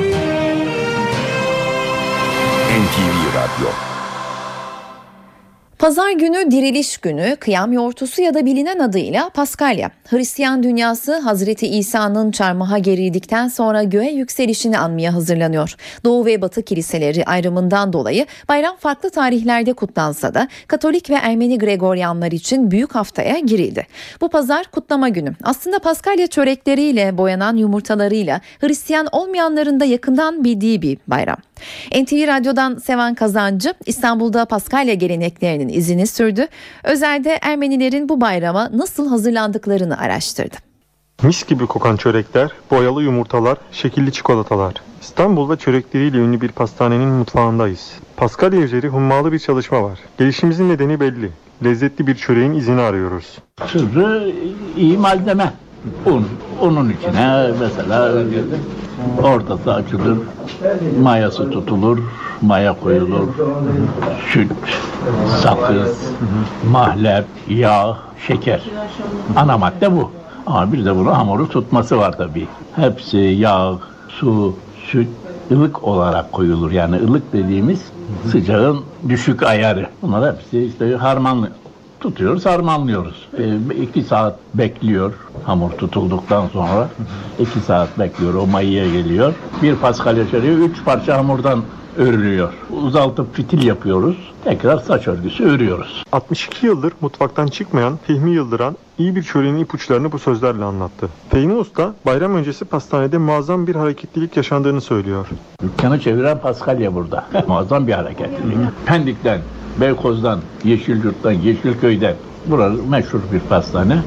NTV Radyo. Pazar günü Diriliş Günü, Kıyam Yortusu ya da bilinen adıyla Paskalya. Hristiyan dünyası Hazreti İsa'nın çarmıha gerildikten sonra göğe yükselişini anmaya hazırlanıyor. Doğu ve Batı kiliseleri ayrımından dolayı bayram farklı tarihlerde kutlansa da Katolik ve Ermeni Gregoryanlar için büyük haftaya girildi. Bu pazar kutlama günü. Aslında Paskalya çörekleriyle, boyanan yumurtalarıyla Hristiyan olmayanların da yakından bildiği bir bayram. NTV Radyo'dan Sevan Kazancı İstanbul'da Paskalya geleneklerinin izini sürdü. Özelde Ermenilerin bu bayrama nasıl hazırlandıklarını araştırdı. Mis gibi kokan çörekler, boyalı yumurtalar, şekilli çikolatalar. İstanbul'da çörekleriyle ünlü bir pastanenin mutfağındayız. Paskalya üzeri hummalı bir çalışma var. Gelişimizin nedeni belli. Lezzetli bir çöreğin izini arıyoruz. Sırrı iyi malzeme. Unun içine mesela ortası açılır, mayası tutulur, maya koyulur, süt, sakız, mahlep, yağ, şeker. Ana madde bu. Ama bir de bunun hamuru tutması var tabii. Hepsi yağ, su, süt, ılık olarak koyulur. Yani ılık dediğimiz sıcağın düşük ayarı. Bunlar hepsi işte harmanlı. Tutuyoruz, harmanlıyoruz. 2 saat bekliyor hamur tutulduktan sonra. 2 saat bekliyor, o mayaya geliyor. Bir paskalya çöreği 3 parça hamurdan örülüyor. Uzaltıp fitil yapıyoruz. Tekrar saç örgüsü örüyoruz. 62 yıldır mutfaktan çıkmayan Fehmi Yıldıran iyi bir çöreğin ipuçlarını bu sözlerle anlattı. Fehmi Usta bayram öncesi pastanede muazzam bir hareketlilik yaşandığını söylüyor. Dükkanı çeviren paskalya burada. Muazzam bir hareketlilik. Pendik'ten, Beykoz'dan, Yeşilyurt'tan, Yeşilköy'den. Burası meşhur bir pastane.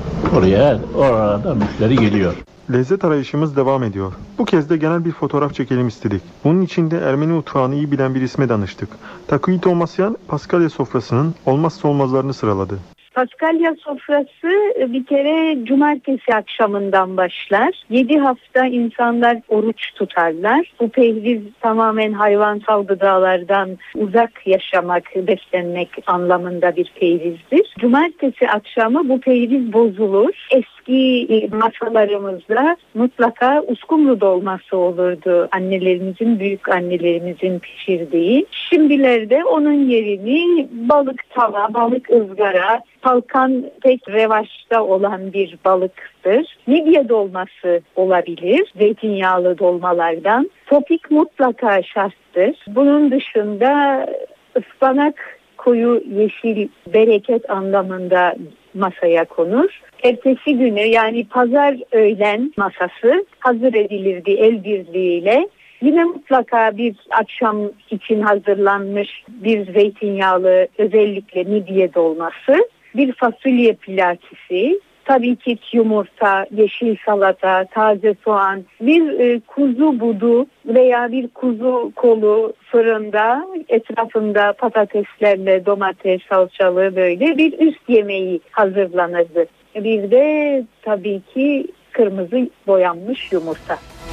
Orada müşteri geliyor. Lezzet arayışımız devam ediyor. Bu kez de genel bir fotoğraf çekelim istedik. Bunun için de Ermeni mutfağını iyi bilen bir isme danıştık. Takuyi Tomasyan, Paskalya sofrasının olmazsa olmazlarını sıraladı. Paskalya sofrası bir kere cumartesi akşamından başlar. 7 hafta insanlar oruç tutarlar. Bu pehliz tamamen hayvansal gıdalardan uzak yaşamak, beslenmek anlamında bir pehlizdir. Cumartesi akşamı bu pehliz bozulur. Eski masalarımızda mutlaka uskumru dolması olurdu. Annelerimizin, büyük annelerimizin pişirdiği. Şimdilerde onun yerini balık tava, balık ızgara, Balkan pek revaçta olan bir balıktır. Midye dolması olabilir, zeytinyağlı dolmalardan. Topik mutlaka şarttır. Bunun dışında ıspanak, koyu yeşil, bereket anlamında masaya konur. Ertesi günü yani pazar öğlen masası hazır edilirdi el birliğiyle. Yine mutlaka bir akşam için hazırlanmış bir zeytinyağlı özellikle midye dolması, bir fasulye pilavı, tabii ki yumurta, yeşil salata, taze soğan, bir kuzu budu veya bir kuzu kolu fırında etrafında patateslerle domates salçalı böyle bir üst yemeği hazırlanırdı. Bir de tabii ki kırmızı boyanmış yumurta.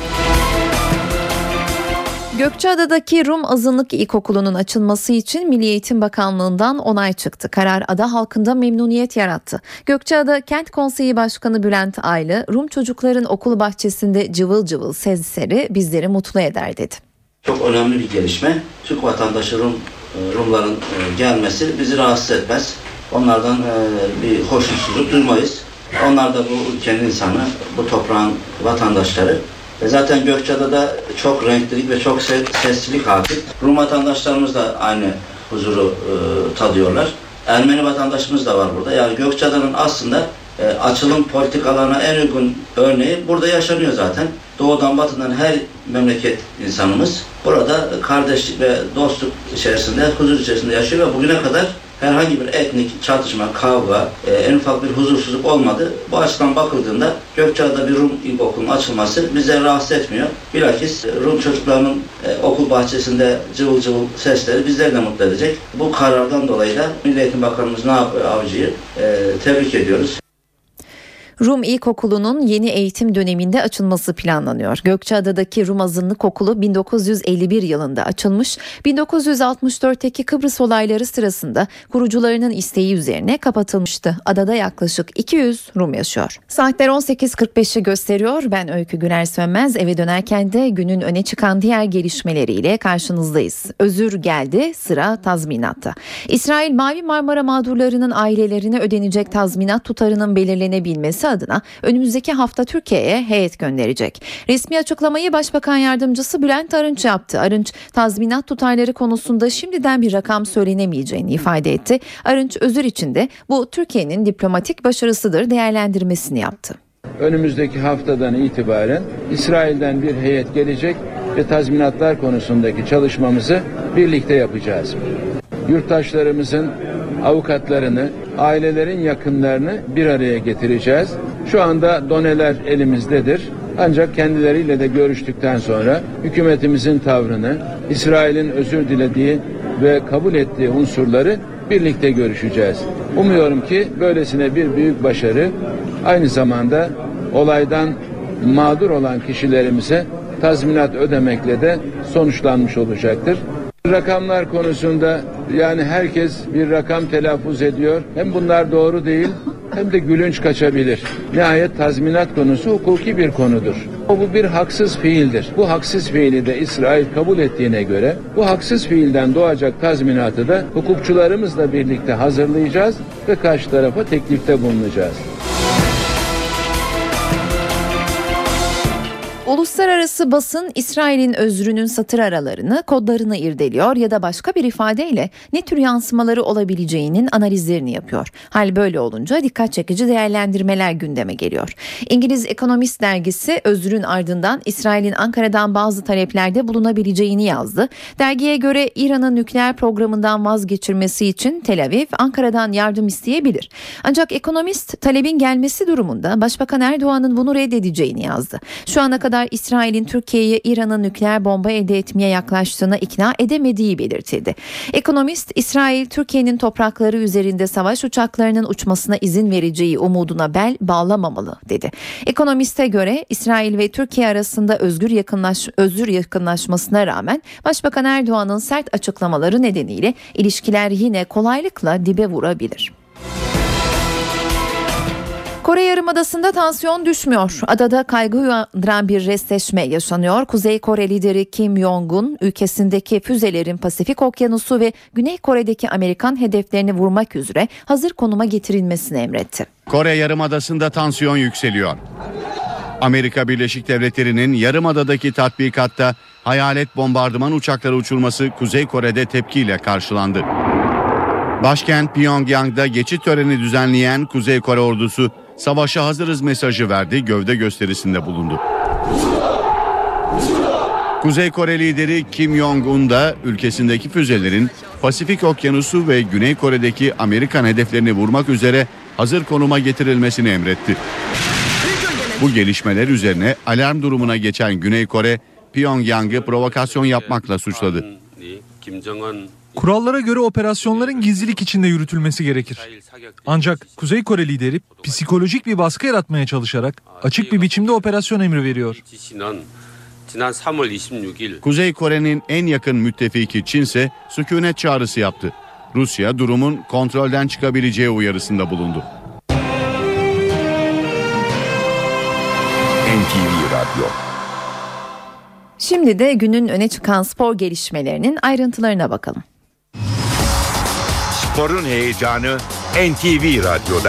Gökçeada'daki Rum Azınlık İlkokulu'nun açılması için Milli Eğitim Bakanlığı'ndan onay çıktı. Karar ada halkında memnuniyet yarattı. Gökçeada Kent Konseyi Başkanı Bülent Aylı, Rum çocukların okul bahçesinde cıvıl cıvıl sesleri bizleri mutlu eder dedi. Çok önemli bir gelişme. Türk vatandaşı Rumların gelmesi bizi rahatsız etmez. Onlardan bir hoşnutsuzluk duymayız. Onlar da bu ülkenin insanı, bu toprağın vatandaşları. Zaten Gökçeada'da çok renklilik ve çok seslilik hakim. Rum vatandaşlarımız da aynı huzuru tadıyorlar. Ermeni vatandaşımız da var burada. Yani Gökçeada'nın aslında açılım politikalarına en uygun örneği burada yaşanıyor zaten. Doğudan batıdan her memleket insanımız burada kardeşlik ve dostluk içerisinde, huzur içerisinde yaşıyor ve bugüne kadar herhangi bir etnik çatışma, kavga, en ufak bir huzursuzluk olmadı. Bu açıdan bakıldığında Gökçeada'da bir Rum ilkokulunun açılması bizi rahatsız etmiyor. Bilakis Rum çocuklarının okul bahçesinde cıvıl cıvıl sesleri bizleri de mutlu edecek. Bu karardan dolayı da Milli Eğitim Bakanımız Avcı'yı tebrik ediyoruz. Rum İlkokulu'nun yeni eğitim döneminde açılması planlanıyor. Gökçeada'daki Rum Azınlık Okulu 1951 yılında açılmış. 1964'teki Kıbrıs olayları sırasında kurucularının isteği üzerine kapatılmıştı. Adada yaklaşık 200 Rum yaşıyor. Saatler 18.45'i gösteriyor. Ben Öykü Güler Sönmez. Eve dönerken de günün öne çıkan diğer gelişmeleriyle karşınızdayız. Özür geldi, sıra tazminatta. İsrail Mavi Marmara mağdurlarının ailelerine ödenecek tazminat tutarının belirlenebilmesi adına önümüzdeki hafta Türkiye'ye heyet gönderecek. Resmi açıklamayı Başbakan Yardımcısı Bülent Arınç yaptı. Arınç, tazminat tutarları konusunda şimdiden bir rakam söylenemeyeceğini ifade etti. Arınç, özür içinde bu Türkiye'nin diplomatik başarısıdır değerlendirmesini yaptı. Önümüzdeki haftadan itibaren İsrail'den bir heyet gelecek ve tazminatlar konusundaki çalışmamızı birlikte yapacağız. Yurttaşlarımızın avukatlarını, ailelerin yakınlarını bir araya getireceğiz. Şu anda doneler elimizdedir. Ancak kendileriyle de görüştükten sonra hükümetimizin tavrını, İsrail'in özür dilediği ve kabul ettiği unsurları birlikte görüşeceğiz. Umuyorum ki böylesine bir büyük başarı aynı zamanda olaydan mağdur olan kişilerimize tazminat ödemekle de sonuçlanmış olacaktır. Rakamlar konusunda yani herkes bir rakam telaffuz ediyor. Hem bunlar doğru değil hem de gülünç kaçabilir. Nihayet tazminat konusu hukuki bir konudur. Bu bir haksız fiildir. Bu haksız fiili de İsrail kabul ettiğine göre bu haksız fiilden doğacak tazminatı da hukukçularımızla birlikte hazırlayacağız ve karşı tarafa teklifte bulunacağız. Uluslararası basın İsrail'in özrünün satır aralarını, kodlarını irdeliyor ya da başka bir ifadeyle ne tür yansımaları olabileceğinin analizlerini yapıyor. Hal böyle olunca dikkat çekici değerlendirmeler gündeme geliyor. İngiliz Economist dergisi özrün ardından İsrail'in Ankara'dan bazı taleplerde bulunabileceğini yazdı. Dergiye göre İran'ın nükleer programından vazgeçirmesi için Tel Aviv Ankara'dan yardım isteyebilir. Ancak Economist talebin gelmesi durumunda Başbakan Erdoğan'ın bunu reddedeceğini yazdı. Şu ana kadar İsrail'in Türkiye'ye İran'ın nükleer bomba elde etmeye yaklaştığına ikna edemediği belirtildi. Ekonomist, İsrail Türkiye'nin toprakları üzerinde savaş uçaklarının uçmasına izin vereceği umuduna bel bağlamamalı dedi. Ekonomiste göre İsrail ve Türkiye arasında özgür yakınlaşmasına rağmen Başbakan Erdoğan'ın sert açıklamaları nedeniyle ilişkiler yine kolaylıkla dibe vurabilir. Kore Yarımadası'nda tansiyon düşmüyor. Adada kaygı uyandıran bir restleşme yaşanıyor. Kuzey Kore lideri Kim Jong-un ülkesindeki füzelerin Pasifik Okyanusu ve Güney Kore'deki Amerikan hedeflerini vurmak üzere hazır konuma getirilmesini emretti. Kore Yarımadası'nda tansiyon yükseliyor. Amerika Birleşik Devletleri'nin Yarımada'daki tatbikatta hayalet bombardıman uçakları uçurması Kuzey Kore'de tepkiyle karşılandı. Başkent Pyongyang'da geçit töreni düzenleyen Kuzey Kore ordusu savaşa hazırız mesajı verdi, gövde gösterisinde bulundu. Kuzey Kore lideri Kim Jong-un da ülkesindeki füzelerin Pasifik Okyanusu ve Güney Kore'deki Amerikan hedeflerini vurmak üzere hazır konuma getirilmesini emretti. Bu gelişmeler üzerine alarm durumuna geçen Güney Kore, Pyongyang'ı provokasyon yapmakla suçladı. Kurallara göre operasyonların gizlilik içinde yürütülmesi gerekir. Ancak Kuzey Kore lideri psikolojik bir baskı yaratmaya çalışarak açık bir biçimde operasyon emri veriyor. Kuzey Kore'nin en yakın müttefiki Çin ise sükunet çağrısı yaptı. Rusya durumun kontrolden çıkabileceği uyarısında bulundu. NTV Radyo. Şimdi de günün öne çıkan spor gelişmelerinin ayrıntılarına bakalım. Sporun heyecanı NTV Radyo'da.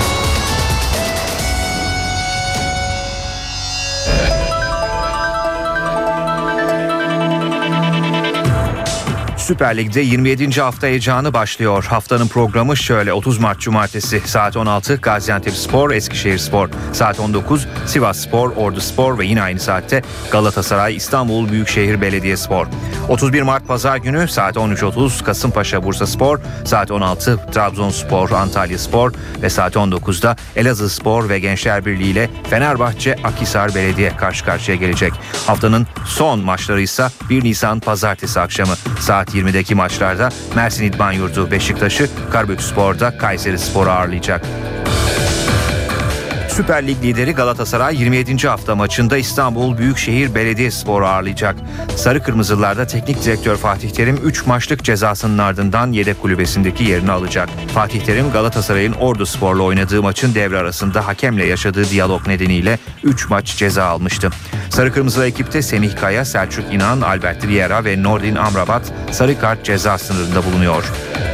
Süper Lig'de 27. hafta heyecanı başlıyor. Haftanın programı şöyle: 30 Mart Cumartesi saat 16 Gaziantepspor Eskişehirspor, saat 19 Sivasspor Orduspor ve yine aynı saatte Galatasaray İstanbul Büyükşehir Belediyespor. 31 Mart Pazar günü saat 13.30 Kasımpaşa Bursaspor, saat 16 Trabzonspor Antalyaspor ve saat 19'da Elazığspor ve Gençler Birliği ile Fenerbahçe Akhisar Belediye karşı karşıya gelecek. Haftanın son maçları ise 1 Nisan Pazartesi akşamı saat 20'deki maçlarda Mersin İdman Yurdu Beşiktaş'ı, Karabükspor'da Kayserispor'u ağırlayacak. Süper Lig lideri Galatasaray 27. hafta maçında İstanbul Büyükşehir Belediyespor'u ağırlayacak. Sarı Kırmızılar'da teknik direktör Fatih Terim 3 maçlık cezasının ardından yedek kulübesindeki yerini alacak. Fatih Terim Galatasaray'ın Orduspor'la oynadığı maçın devre arasında hakemle yaşadığı diyalog nedeniyle 3 maç ceza almıştı. Sarı Kırmızılı ekipte Semih Kaya, Selçuk İnan, Albert Riera ve Nordin Amrabat sarı kart ceza sınırında bulunuyor.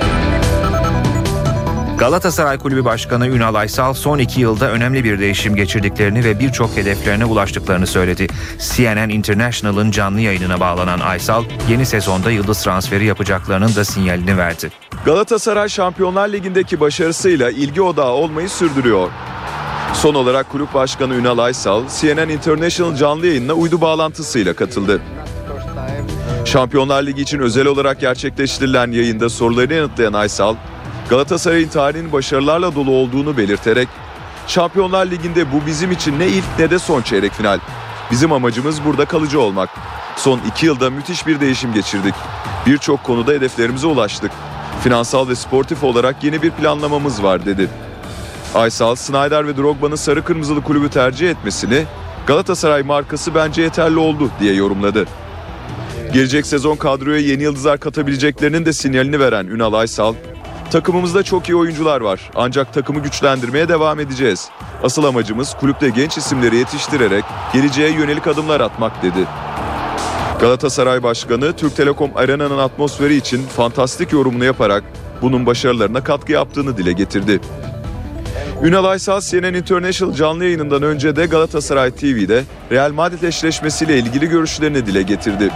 Galatasaray Kulübü Başkanı Ünal Aysal son 2 yılda önemli bir değişim geçirdiklerini ve birçok hedeflerine ulaştıklarını söyledi. CNN International'ın canlı yayınına bağlanan Aysal, yeni sezonda yıldız transferi yapacaklarının da sinyalini verdi. Galatasaray Şampiyonlar Ligi'ndeki başarısıyla ilgi odağı olmayı sürdürüyor. Son olarak Kulüp Başkanı Ünal Aysal, CNN International canlı yayınına uydu bağlantısıyla katıldı. Şampiyonlar Ligi için özel olarak gerçekleştirilen yayında sorularını yanıtlayan Aysal, Galatasaray'ın tarihinin başarılarla dolu olduğunu belirterek, Şampiyonlar Ligi'nde bu bizim için ne ilk ne de son çeyrek final. Bizim amacımız burada kalıcı olmak. Son 2 yılda müthiş bir değişim geçirdik. Birçok konuda hedeflerimize ulaştık. Finansal ve sportif olarak yeni bir planlamamız var dedi. Aysal, Snyder ve Drogba'nın sarı kırmızılı kulübü tercih etmesini, Galatasaray markası bence yeterli oldu diye yorumladı. Gelecek sezon kadroya yeni yıldızlar katabileceklerinin de sinyalini veren Ünal Aysal, takımımızda çok iyi oyuncular var ancak takımı güçlendirmeye devam edeceğiz. Asıl amacımız kulüpte genç isimleri yetiştirerek geleceğe yönelik adımlar atmak dedi. Galatasaray Başkanı Türk Telekom Arena'nın atmosferi için fantastik yorumunu yaparak bunun başarılarına katkı yaptığını dile getirdi. Ünal Aysal CNN International canlı yayınından önce de Galatasaray TV'de Real Madrid eşleşmesiyle ilgili görüşlerini dile getirdi.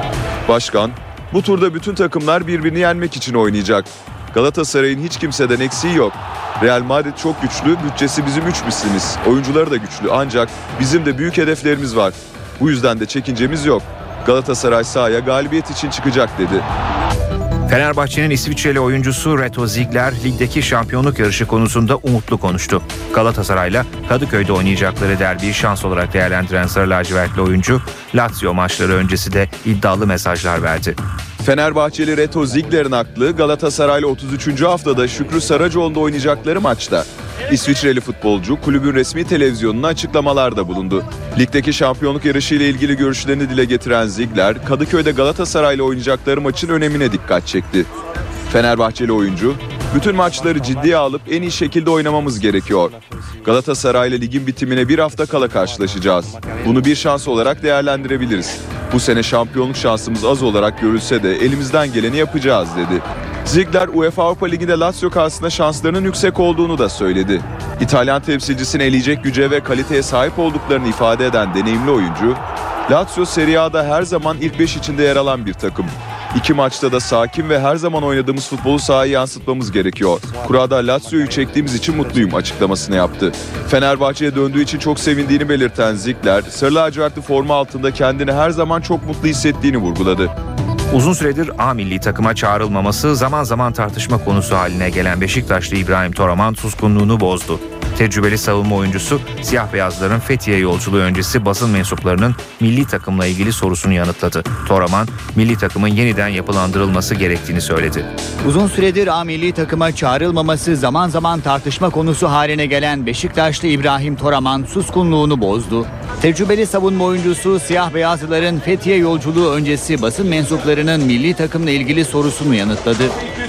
Başkan, bu turda bütün takımlar birbirini yenmek için oynayacak. Galatasaray'ın hiç kimseden eksiği yok. Real Madrid çok güçlü, bütçesi bizim 3 mislimiz. Oyuncuları da güçlü ancak bizim de büyük hedeflerimiz var. Bu yüzden de çekincemiz yok. Galatasaray sahaya galibiyet için çıkacak dedi. Fenerbahçe'nin İsviçreli oyuncusu Reto Ziegler ligdeki şampiyonluk yarışı konusunda umutlu konuştu. Galatasaray'la Kadıköy'de oynayacakları derbiyi şans olarak değerlendiren sarı lacivertli oyuncu, Lazio maçları öncesi de iddialı mesajlar verdi. Fenerbahçeli Reto Ziegler'in aklı Galatasaray'la 33. haftada Şükrü Saracoğlu'nda oynayacakları maçta. İsviçreli futbolcu kulübün resmi televizyonuna açıklamalarda bulundu. Ligdeki şampiyonluk yarışı ile ilgili görüşlerini dile getiren Ziegler, Kadıköy'de Galatasaray'la oynayacakları maçın önemine dikkat çekti. Fenerbahçeli oyuncu, bütün maçları ciddiye alıp en iyi şekilde oynamamız gerekiyor. Galatasaray'la ligin bitimine bir hafta kala karşılaşacağız. Bunu bir şans olarak değerlendirebiliriz. Bu sene şampiyonluk şansımız az olarak görülse de elimizden geleni yapacağız dedi. Ziegler UEFA Avrupa Ligi'nde Lazio karşısında şanslarının yüksek olduğunu da söyledi. İtalyan temsilcisini eleyecek güce ve kaliteye sahip olduklarını ifade eden deneyimli oyuncu, Lazio Serie A'da her zaman ilk 5 içinde yer alan bir takım. 2 maçta da sakin ve her zaman oynadığımız futbolu sahaya yansıtmamız gerekiyor. Kurada Lazio'yu çektiğimiz için mutluyum açıklamasını yaptı. Fenerbahçe'ye döndüğü için çok sevindiğini belirten Ziegler, sarı lacivertli forma altında kendini her zaman çok mutlu hissettiğini vurguladı. Uzun süredir A milli takıma çağrılmaması zaman zaman tartışma konusu haline gelen Beşiktaşlı İbrahim Toraman suskunluğunu bozdu. Tecrübeli savunma oyuncusu siyah beyazların Fethiye yolculuğu öncesi basın mensuplarının milli takımla ilgili sorusunu yanıtladı. Toraman, milli takımın yeniden yapılandırılması gerektiğini söyledi. Uzun süredir A milli takıma çağrılmaması zaman zaman tartışma konusu haline gelen Beşiktaşlı İbrahim Toraman suskunluğunu bozdu. Tecrübeli savunma oyuncusu siyah beyazlıların Fethiye yolculuğu öncesi basın mensuplarının milli takımla ilgili sorusunu yanıtladı.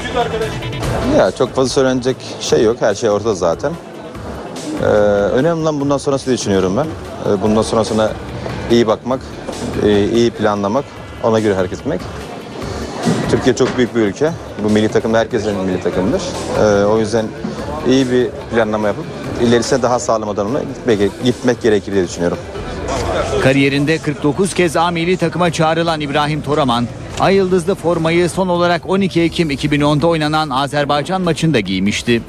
Ya çok fazla söylenecek şey yok. Her şey ortada zaten. Önemli olan bundan sonrası düşünüyorum ben. Bundan sonrasına iyi bakmak, iyi planlamak, ona göre hareket etmek. Türkiye çok büyük bir ülke. Bu milli takım herkesin milli takımıdır. O yüzden iyi bir planlama yapıp ilerisine daha sağlam adımla gitmek gerekir diye düşünüyorum. Kariyerinde 49 kez A milli takıma çağrılan İbrahim Toraman, Ay Yıldızlı formayı son olarak 12 Ekim 2010'da oynanan Azerbaycan maçında giymişti.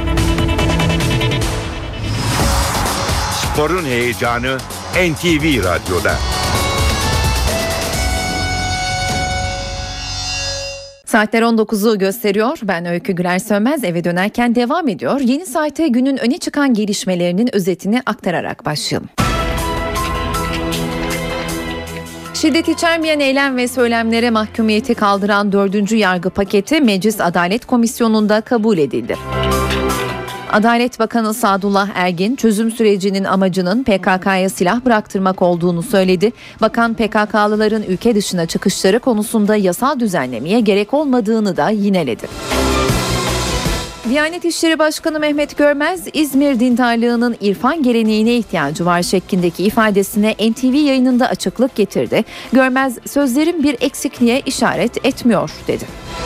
Sporun heyecanı NTV Radyo'da. Saatler 19'u gösteriyor. Ben Öykü Güler Sönmez, eve dönerken devam ediyor. Yeni saate günün öne çıkan gelişmelerinin özetini aktararak başlayalım. Şiddet içermeyen eylem ve söylemlere mahkumiyeti kaldıran 4. yargı paketi Meclis Adalet Komisyonu'nda kabul edildi. Adalet Bakanı Sadullah Ergin, çözüm sürecinin amacının PKK'ya silah bıraktırmak olduğunu söyledi. Bakan, PKK'lıların ülke dışına çıkışları konusunda yasal düzenlemeye gerek olmadığını da yineledi. Diyanet İşleri Başkanı Mehmet Görmez, İzmir dindarlığının irfan geleneğine ihtiyacı var şeklindeki ifadesine NTV yayınında açıklık getirdi. Görmez, sözlerin bir eksikliğe işaret etmiyor dedi.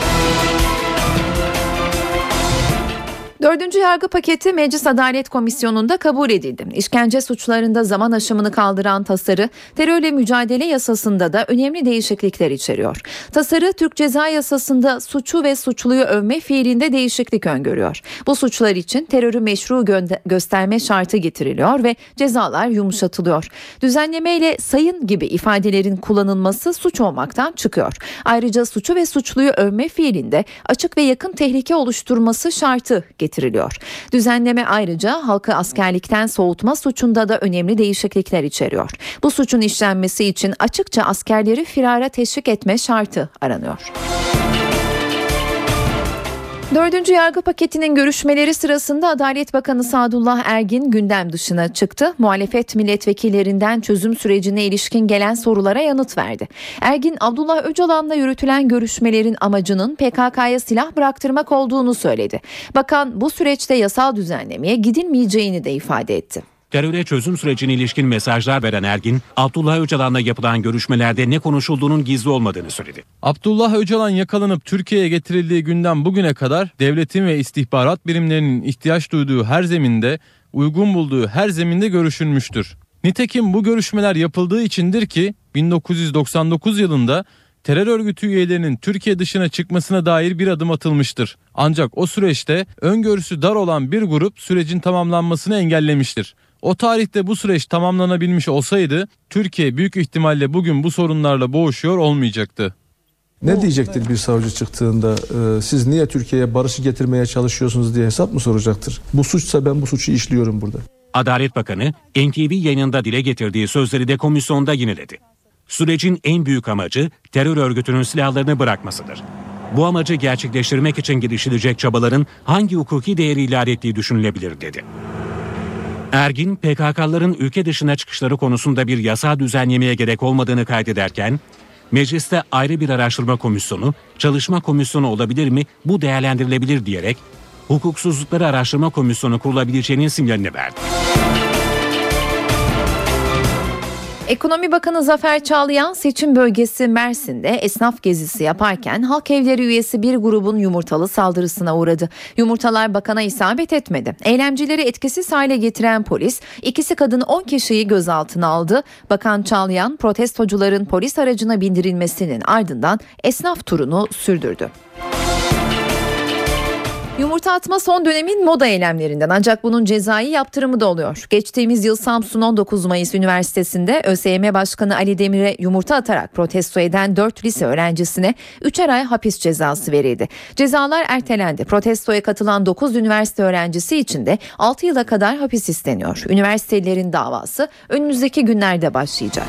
4. yargı paketi Meclis Adalet Komisyonu'nda kabul edildi. İşkence suçlarında zaman aşımını kaldıran tasarı, terörle mücadele yasasında da önemli değişiklikler içeriyor. Tasarı, Türk Ceza Yasası'nda suçu ve suçluyu övme fiilinde değişiklik öngörüyor. Bu suçlar için terörü meşru gösterme şartı getiriliyor ve cezalar yumuşatılıyor. Düzenlemeyle sayın gibi ifadelerin kullanılması suç olmaktan çıkıyor. Ayrıca suçu ve suçluyu övme fiilinde açık ve yakın tehlike oluşturması şartı getiriliyor. Düzenleme ayrıca halkı askerlikten soğutma suçunda da önemli değişiklikler içeriyor. Bu suçun işlenmesi için açıkça askerleri firara teşvik etme şartı aranıyor. 4. yargı paketinin görüşmeleri sırasında Adalet Bakanı Sadullah Ergin gündem dışına çıktı. Muhalefet milletvekillerinden çözüm sürecine ilişkin gelen sorulara yanıt verdi. Ergin, Abdullah Öcalan'la yürütülen görüşmelerin amacının PKK'ya silah bıraktırmak olduğunu söyledi. Bakan, bu süreçte yasal düzenlemeye gidilmeyeceğini de ifade etti. Teröre çözüm sürecine ilişkin mesajlar veren Ergin, Abdullah Öcalan'la yapılan görüşmelerde ne konuşulduğunun gizli olmadığını söyledi. Abdullah Öcalan yakalanıp Türkiye'ye getirildiği günden bugüne kadar devletin ve istihbarat birimlerinin ihtiyaç duyduğu her zeminde, uygun bulduğu her zeminde görüşülmüştür. Nitekim bu görüşmeler yapıldığı içindir ki 1999 yılında terör örgütü üyelerinin Türkiye dışına çıkmasına dair bir adım atılmıştır. Ancak o süreçte öngörüsü dar olan bir grup sürecin tamamlanmasını engellemiştir. O tarihte bu süreç tamamlanabilmiş olsaydı Türkiye büyük ihtimalle bugün bu sorunlarla boğuşuyor olmayacaktı. Ne diyecektir bir savcı çıktığında, siz niye Türkiye'ye barışı getirmeye çalışıyorsunuz diye hesap mı soracaktır? Bu suçsa ben bu suçu işliyorum burada. Adalet Bakanı NTV yayınında dile getirdiği sözleri de komisyonda yineledi. Sürecin en büyük amacı terör örgütünün silahlarını bırakmasıdır. Bu amacı gerçekleştirmek için girişilecek çabaların hangi hukuki değeri ihlal ettiği düşünülebilir dedi. Ergin, PKK'ların ülke dışına çıkışları konusunda bir yasa düzenlemeye gerek olmadığını kaydederken, mecliste ayrı bir araştırma komisyonu, çalışma komisyonu olabilir mi, bu değerlendirilebilir diyerek hukuksuzlukları araştırma komisyonu kurulabileceğinin sinyalini verdi. Ekonomi Bakanı Zafer Çağlayan seçim bölgesi Mersin'de esnaf gezisi yaparken halk evleri üyesi bir grubun yumurtalı saldırısına uğradı. Yumurtalar bakana isabet etmedi. Eylemcileri etkisiz hale getiren polis, ikisi kadın 10 kişiyi gözaltına aldı. Bakan Çağlayan protestocuların polis aracına bindirilmesinin ardından esnaf turunu sürdürdü. Yumurta atma son dönemin moda eylemlerinden, ancak bunun cezai yaptırımı da oluyor. Geçtiğimiz yıl Samsun 19 Mayıs Üniversitesi'nde ÖSYM Başkanı Ali Demir'e yumurta atarak protesto eden 4 lise öğrencisine 3'er ay hapis cezası verildi. Cezalar ertelendi. Protestoya katılan 9 üniversite öğrencisi için de 6 yıla kadar hapis isteniyor. Üniversitelilerin davası önümüzdeki günlerde başlayacak.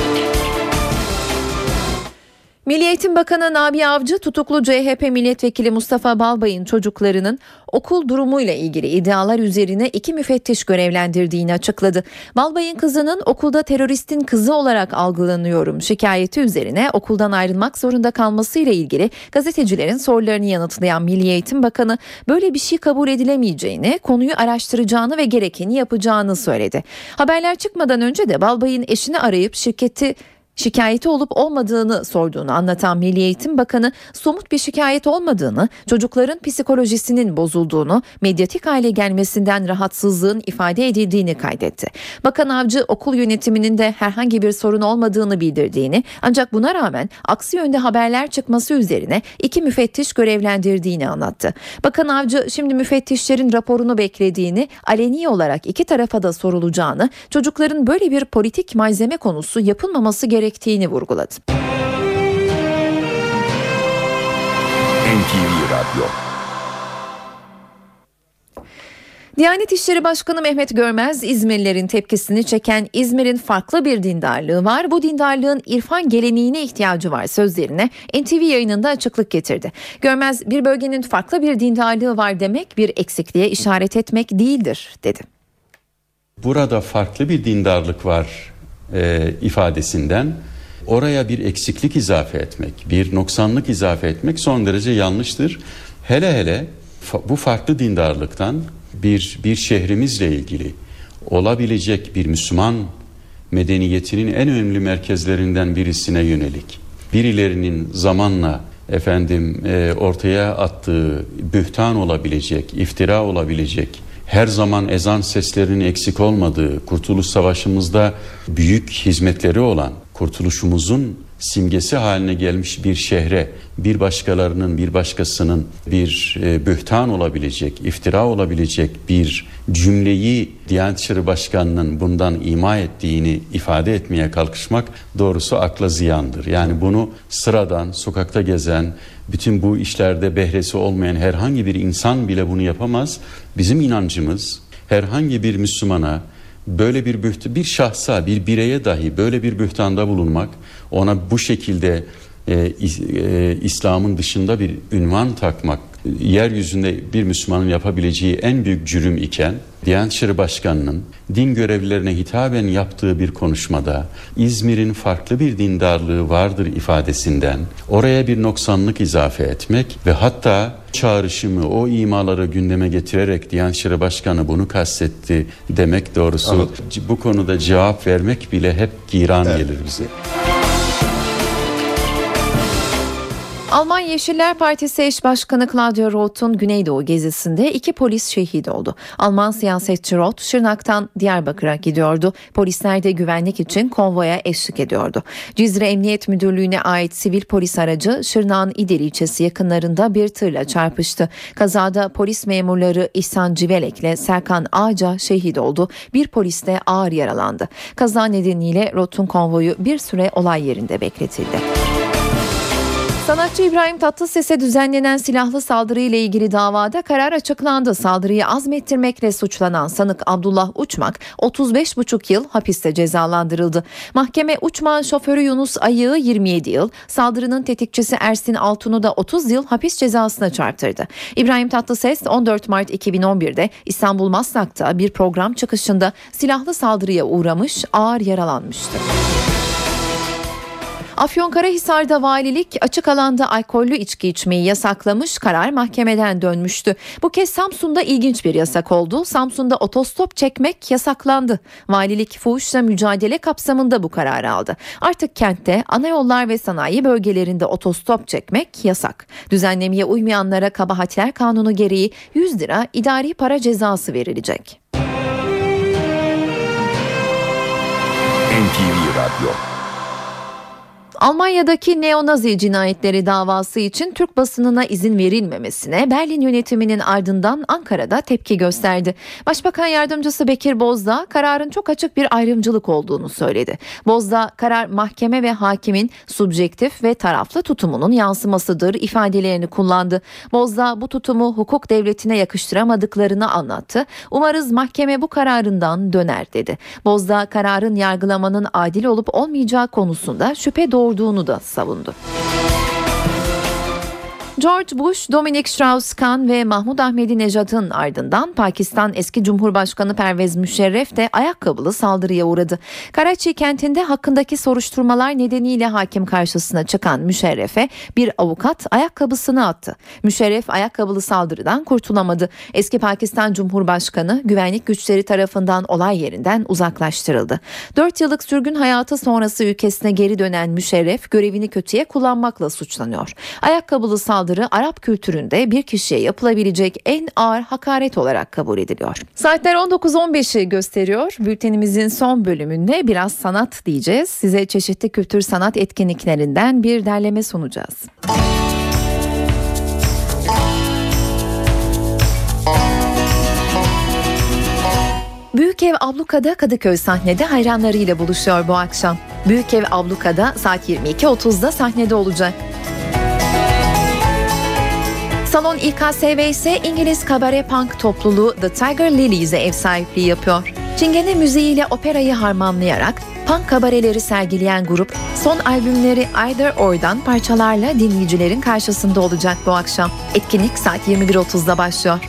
Milli Eğitim Bakanı Nabi Avcı, tutuklu CHP milletvekili Mustafa Balbay'ın çocuklarının okul durumuyla ilgili iddialar üzerine 2 müfettiş görevlendirdiğini açıkladı. Balbay'ın kızının okulda teröristin kızı olarak algılanıyorum şikayeti üzerine okuldan ayrılmak zorunda kalmasıyla ilgili gazetecilerin sorularını yanıtlayan Milli Eğitim Bakanı, böyle bir şey kabul edilemeyeceğini, konuyu araştıracağını ve gerekeni yapacağını söyledi. Haberler çıkmadan önce de Balbay'ın eşini arayıp şikayeti olup olmadığını sorduğunu anlatan Milli Eğitim Bakanı, somut bir şikayet olmadığını, çocukların psikolojisinin bozulduğunu, medyatik hale gelmesinden rahatsızlığın ifade edildiğini kaydetti. Bakan Avcı, okul yönetiminin de herhangi bir sorun olmadığını bildirdiğini, ancak buna rağmen aksi yönde haberler çıkması üzerine 2 müfettiş görevlendirdiğini anlattı. Bakan Avcı, şimdi müfettişlerin raporunu beklediğini, aleni olarak iki tarafa da sorulacağını, çocukların böyle bir politik malzeme konusu yapılmaması gerektiğini vurguladı. NTV Radyo. Diyanet İşleri Başkanı Mehmet Görmez, İzmirlilerin tepkisini çeken "İzmir'in farklı bir dindarlığı var. Bu dindarlığın irfan geleneğine ihtiyacı var" sözlerine NTV yayınında açıklık getirdi. Görmez, bir bölgenin farklı bir dindarlığı var demek bir eksikliğe işaret etmek değildir dedi. Burada farklı bir dindarlık var ifadesinden oraya bir eksiklik izafe etmek, bir noksanlık izafe etmek son derece yanlıştır. Hele bu farklı dindarlıktan bir şehrimizle ilgili olabilecek bir Müslüman medeniyetinin en önemli merkezlerinden birisine yönelik birilerinin zamanla ortaya attığı bühtan olabilecek, iftira olabilecek, her zaman ezan seslerinin eksik olmadığı, Kurtuluş Savaşı'mızda büyük hizmetleri olan, kurtuluşumuzun simgesi haline gelmiş bir şehre bir başkasının bir bühtan olabilecek, iftira olabilecek bir cümleyi Diyanet İşleri Başkanı'nın bundan ima ettiğini ifade etmeye kalkışmak doğrusu akla ziyandır. Yani bunu sıradan sokakta gezen, bütün bu işlerde behresi olmayan herhangi bir insan bile bunu yapamaz. Bizim inancımız herhangi bir Müslümana böyle bir şahsa, bir bireye dahi böyle bir bühtanda bulunmak, ona bu şekilde İslam'ın dışında bir ünvan takmak, yeryüzünde bir Müslümanın yapabileceği en büyük cürüm iken, Diyanet İşleri Başkanı'nın din görevlilerine hitaben yaptığı bir konuşmada İzmir'in farklı bir dindarlığı vardır ifadesinden oraya bir noksanlık izafe etmek ve hatta çağrışımı, o imaları gündeme getirerek Diyanet İşleri Başkanı bunu kastetti demek doğrusu bu konuda cevap vermek bile hep giran gelir bize. Alman Yeşiller Partisi eş başkanı Claudia Roth'un Güneydoğu gezisinde 2 polis şehit oldu. Alman siyasetçi Roth, Şırnak'tan Diyarbakır'a gidiyordu. Polisler de güvenlik için konvoya eşlik ediyordu. Cizre Emniyet Müdürlüğü'ne ait sivil polis aracı Şırnak'ın İdil ilçesi yakınlarında bir tırla çarpıştı. Kazada polis memurları İhsan Civelek ile Serkan Ağca şehit oldu. Bir polis de ağır yaralandı. Kaza nedeniyle Roth'un konvoyu bir süre olay yerinde bekletildi. Sanatçı İbrahim Tatlıses'e düzenlenen silahlı saldırı ile ilgili davada karar açıklandı. Saldırıyı azmettirmekle suçlanan sanık Abdullah Uçmak 35,5 yıl hapiste cezalandırıldı. Mahkeme Uçmak'ın şoförü Yunus Ayık'ı 27 yıl, saldırının tetikçisi Ersin Altun'u da 30 yıl hapis cezasına çarptırdı. İbrahim Tatlıses 14 Mart 2011'de İstanbul Maslak'ta bir program çıkışında silahlı saldırıya uğramış, ağır yaralanmıştı. Afyonkarahisar'da valilik açık alanda alkollü içki içmeyi yasaklamış, karar mahkemeden dönmüştü. Bu kez Samsun'da ilginç bir yasak oldu. Samsun'da otostop çekmek yasaklandı. Valilik fuhuşla mücadele kapsamında bu kararı aldı. Artık kentte ana yollar ve sanayi bölgelerinde otostop çekmek yasak. Düzenlemeye uymayanlara kabahatler kanunu gereği 100 lira idari para cezası verilecek. NTV Radyo. Almanya'daki neonazi cinayetleri davası için Türk basınına izin verilmemesine Berlin yönetiminin ardından Ankara'da tepki gösterdi. Başbakan Yardımcısı Bekir Bozdağ kararın çok açık bir ayrımcılık olduğunu söyledi. Bozdağ, karar mahkeme ve hakimin subjektif ve taraflı tutumunun yansımasıdır ifadelerini kullandı. Bozdağ bu tutumu hukuk devletine yakıştıramadıklarını anlattı. Umarız mahkeme bu kararından döner dedi. Bozdağ kararın yargılamanın adil olup olmayacağı konusunda şüphe doğurduğunu da savundu. George Bush, Dominic Strauss-Kahn ve Mahmud Ahmadinejad'ın ardından Pakistan eski Cumhurbaşkanı Pervez Müşerref de ayakkabılı saldırıya uğradı. Karachi kentinde hakkındaki soruşturmalar nedeniyle hakim karşısına çıkan Müşerref'e bir avukat ayakkabısını attı. Müşerref ayakkabılı saldırıdan kurtulamadı. Eski Pakistan Cumhurbaşkanı güvenlik güçleri tarafından olay yerinden uzaklaştırıldı. 4 yıllık sürgün hayatı sonrası ülkesine geri dönen Müşerref görevini kötüye kullanmakla suçlanıyor. Ayakkabılı saldırı Arap kültüründe bir kişiye yapılabilecek en ağır hakaret olarak kabul ediliyor. Saatler 19.15'i gösteriyor. Bültenimizin son bölümünde biraz sanat diyeceğiz. Size çeşitli kültür sanat etkinliklerinden bir derleme sunacağız. Büyükev Abluka'da Kadıköy sahnede hayranlarıyla buluşuyor bu akşam. Büyükev Abluka'da saat 22.30'da sahnede olacak. Salon İKSV ise İngiliz kabare punk topluluğu The Tiger Lilies'e ev sahipliği yapıyor. Çingene müziğiyle operayı harmanlayarak punk kabareleri sergileyen grup son albümleri Either Or'dan parçalarla dinleyicilerin karşısında olacak bu akşam. Etkinlik saat 21.30'da başlıyor.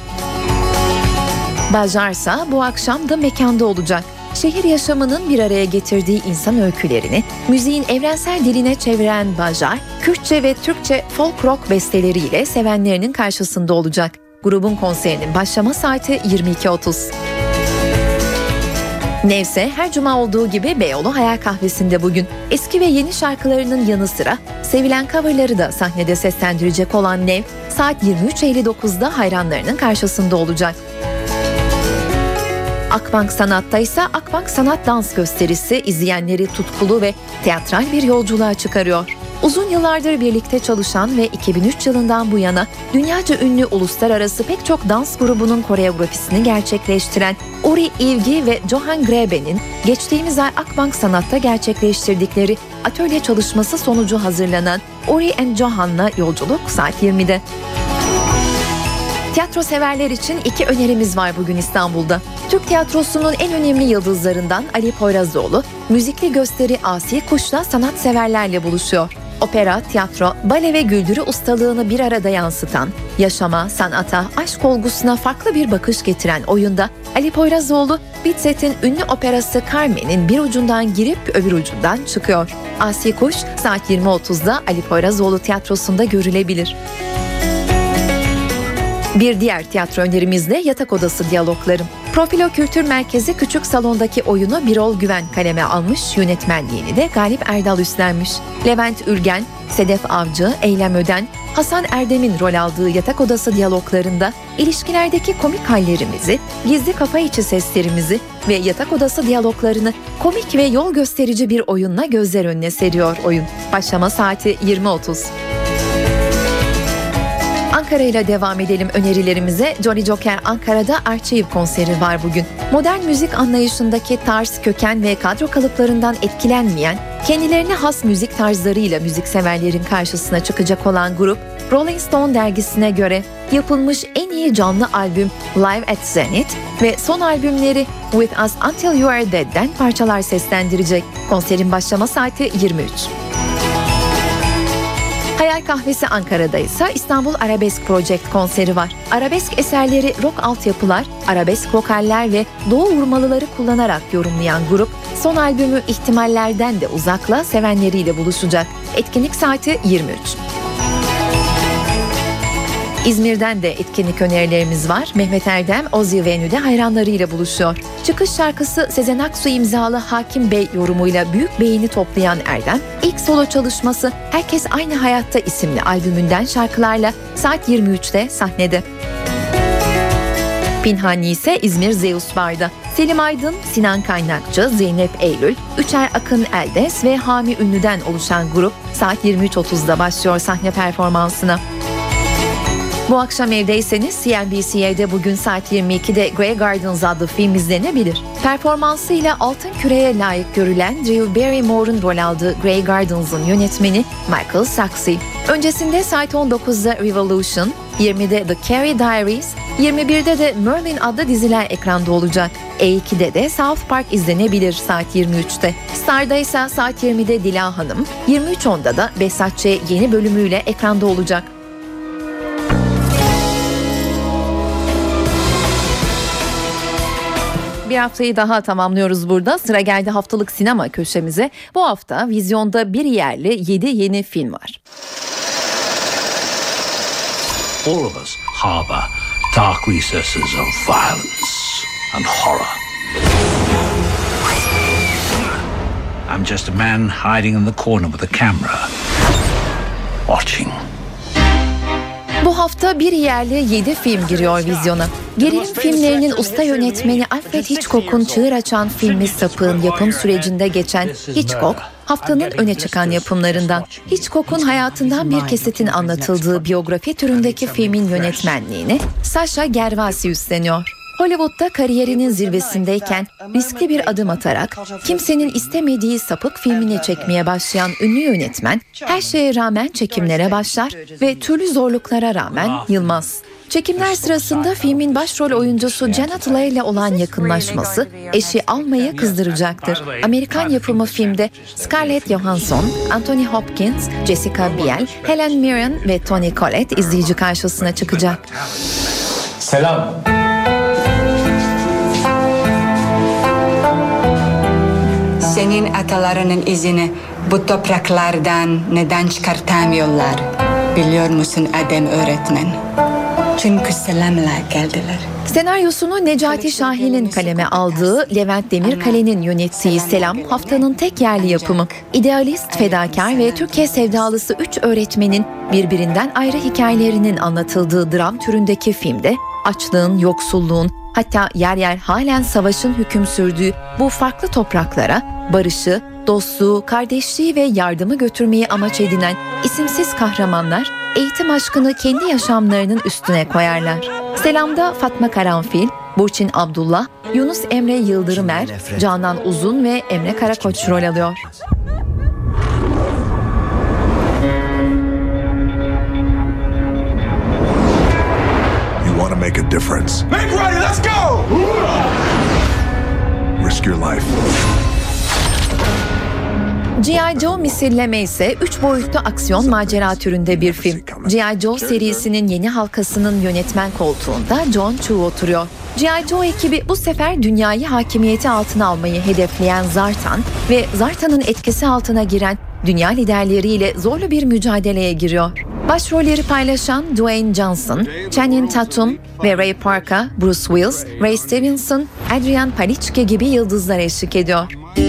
Bajarsa bu akşam da mekanda olacak. Şehir yaşamının bir araya getirdiği insan öykülerini müziğin evrensel diline çeviren Bajar, Kürtçe ve Türkçe folk rock besteleriyle sevenlerinin karşısında olacak. Grubun konserinin başlama saati 22.30. Nevse her cuma olduğu gibi Beyoğlu Hayal Kahvesi'nde bugün eski ve yeni şarkılarının yanı sıra sevilen coverları da sahnede seslendirecek olan Nev, saat 23.59'da hayranlarının karşısında olacak. Akbank Sanat'ta ise Akbank Sanat Dans gösterisi izleyenleri tutkulu ve teatral bir yolculuğa çıkarıyor. Uzun yıllardır birlikte çalışan ve 2003 yılından bu yana dünyaca ünlü uluslararası pek çok dans grubunun koreografisini gerçekleştiren Uri Ilgi ve Johan Grebe'nin geçtiğimiz ay Akbank Sanat'ta gerçekleştirdikleri atölye çalışması sonucu hazırlanan Uri and Johan'la yolculuk saat 20'de. Tiyatro severler için 2 önerimiz var bugün İstanbul'da. Türk tiyatrosunun en önemli yıldızlarından Ali Poyrazoğlu, müzikli gösteri Asi Kuş'la sanatseverlerle buluşuyor. Opera, tiyatro, bale ve güldürü ustalığını bir arada yansıtan, yaşama, sanata, aşk olgusuna farklı bir bakış getiren oyunda Ali Poyrazoğlu, Bizet'in ünlü operası Carmen'in bir ucundan girip öbür ucundan çıkıyor. Asi Kuş saat 20.30'da Ali Poyrazoğlu tiyatrosunda görülebilir. Bir diğer tiyatro önerimizde Yatak Odası Diyaloglarım. Profilo Kültür Merkezi Küçük Salon'daki oyunu Birol Güven kaleme almış, yönetmenliğini de Galip Erdal üstlenmiş. Levent Ülgen, Sedef Avcı, Eylem Öden, Hasan Erdem'in rol aldığı Yatak Odası Diyaloglarında ilişkilerdeki komik hallerimizi, gizli kafa içi seslerimizi ve yatak odası diyaloglarını komik ve yol gösterici bir oyunla gözler önüne seriyor oyun. Başlama saati 20.30. Ankara ile devam edelim önerilerimize. Jolly Joker Ankara'da Archive konseri var bugün. Modern müzik anlayışındaki tarz, köken ve kadro kalıplarından etkilenmeyen, kendilerine has müzik tarzlarıyla müzikseverlerin karşısına çıkacak olan grup, Rolling Stone dergisine göre yapılmış en iyi canlı albüm Live at Zenith ve son albümleri With Us Until You Are Dead'den parçalar seslendirecek. Konserin başlama saati 23. Hayal Kahvesi Ankara'da ise İstanbul Arabesk Project konseri var. Arabesk eserleri rock altyapılar, arabesk vokaller ve doğu vurmalıları kullanarak yorumlayan grup, son albümü İhtimallerden de Uzak'la sevenleriyle buluşacak. Etkinlik saati 23. İzmir'den de etkinlik önerilerimiz var. Mehmet Erdem, Ozzy Venü'de hayranlarıyla buluşuyor. Çıkış şarkısı Sezen Aksu imzalı Hakim Bey yorumuyla büyük beğeni toplayan Erdem, ilk solo çalışması Herkes Aynı Hayatta isimli albümünden şarkılarla saat 23'te sahnede. Pinhani ise İzmir Zeus Bar'da. Selim Aydın, Sinan Kaynakçı, Zeynep Eylül, Üçer Akın Eldes ve Hami Ünlü'den oluşan grup saat 23.30'da başlıyor sahne performansına. Bu akşam evdeyseniz CNBC'de bugün saat 22'de Grey Gardens adlı film izlenebilir. Performansıyla Altın Küre'ye layık görülen Drew Barrymore'un rol aldığı Grey Gardens'ın yönetmeni Michael Saxey. Öncesinde saat 19'da Revolution, 20'de The Carrie Diaries, 21'de de Merlin adlı diziler ekranda olacak. E2'de de South Park izlenebilir saat 23'te. Star'da ise saat 20'de Dila Hanım, 23.10'da da Behzat Ç. yeni bölümüyle ekranda olacak. Bir haftayı daha tamamlıyoruz burada. Sıra geldi haftalık sinema köşemize. Bu hafta vizyonda bir yerli 7 yeni film var. All of us harbor dark recesses of violence and horror. I'm just a man hiding in the corner with a camera, watching. Bu hafta bir yerli 7 film giriyor vizyona. Gerilim filmlerinin usta yönetmeni Alfred Hitchcock'un çığır açan filmi Sapık'ın yapım sürecinde geçen Hitchcock, haftanın öne çıkan yapımlarından. Hitchcock'un hayatından bir kesitin anlatıldığı biyografi türündeki filmin yönetmenliğini Sasha Gervasi üstleniyor. Hollywood'da kariyerinin zirvesindeyken riskli bir adım atarak kimsenin istemediği sapık filmini çekmeye başlayan ünlü yönetmen her şeye rağmen çekimlere başlar ve türlü zorluklara rağmen yılmaz. Çekimler sırasında filmin başrol oyuncusu Janet Leigh ile olan yakınlaşması eşi Alma'yı kızdıracaktır. Amerikan yapımı filmde Scarlett Johansson, Anthony Hopkins, Jessica Biel, Helen Mirren ve Toni Collette izleyici karşısına çıkacak. Selam. Senin atalarının izini bu topraklardan neden çıkartamıyorlar? Biliyor musun Adem öğretmen? Çünkü selamla geldiler. Senaryosunu Necati Şahin'in kaleme aldığı, Levent Demirkale'nin yönettiği Selam haftanın tek yerli yapımı. İdealist, fedakar ve Türkiye sevdalısı 3 öğretmenin birbirinden ayrı hikayelerinin anlatıldığı dram türündeki filmde açlığın, yoksulluğun, hatta yer yer halen savaşın hüküm sürdüğü bu farklı topraklara barışı, dostluğu, kardeşliği ve yardımı götürmeyi amaç edinen isimsiz kahramanlar eğitim aşkını kendi yaşamlarının üstüne koyarlar. Selam'da Fatma Karanfil, Burçin Abdullah, Yunus Emre Yıldırımer, Canan Uzun ve Emre Karakoç rol alıyor. You want to make a difference. Make ready, let's go! Risk your life. G.I. Joe misilleme ise 3 boyutlu aksiyon macera türünde bir film. G.I. Joe serisinin yeni halkasının yönetmen koltuğunda John Chu oturuyor. G.I. Joe ekibi bu sefer dünyayı hakimiyeti altına almayı hedefleyen Zartan ve Zartan'ın etkisi altına giren dünya liderleriyle zorlu bir mücadeleye giriyor. Başrolleri paylaşan Dwayne Johnson, Channing Tatum ve Ray Park'a Bruce Willis, Ray Stevenson, Adrian Palichke gibi yıldızlar eşlik ediyor.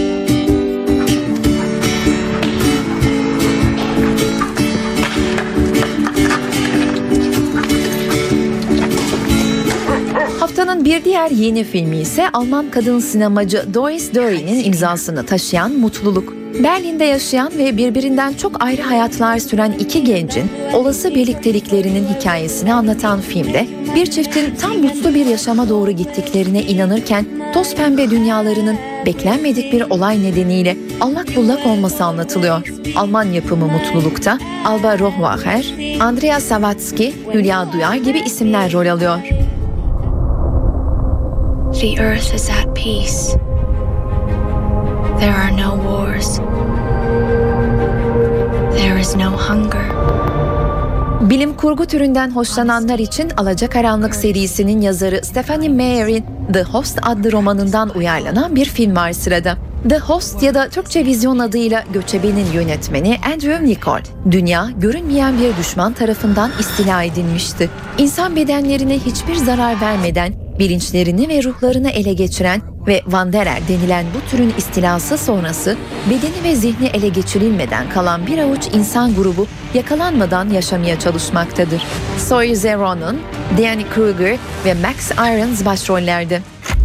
Haftanın bir diğer yeni filmi ise Alman kadın sinemacı Doris Dörrie'nin imzasını taşıyan Mutluluk. Berlin'de yaşayan ve birbirinden çok ayrı hayatlar süren iki gencin olası birlikteliklerinin hikayesini anlatan filmde bir çiftin tam mutlu bir yaşama doğru gittiklerine inanırken toz pembe dünyalarının beklenmedik bir olay nedeniyle allak bullak olması anlatılıyor. Alman yapımı Mutluluk'ta Alba Rohrwacher, Andrea Sawatzki, Hülya Duyar gibi isimler rol alıyor. The earth is at peace. There are no wars. There is no hunger. Bilim kurgu türünden hoşlananlar için Alacakaranlık serisinin yazarı Stephenie Meyer'in The Host adlı romanından uyarlanan bir film var sırada. The Host ya da Türkçe vizyon adıyla Göçebe'nin yönetmeni Andrew Niccol, dünya görünmeyen bir düşman tarafından istila edilmişti. İnsan bedenlerine hiçbir zarar vermeden bilinçlerini ve ruhlarını ele geçiren ve Wanderer denilen bu türün istilası sonrası bedeni ve zihni ele geçirilmeden kalan bir avuç insan grubu yakalanmadan yaşamaya çalışmaktadır. Saoirse Ronan, Diane Kruger ve Max Irons başrollerde.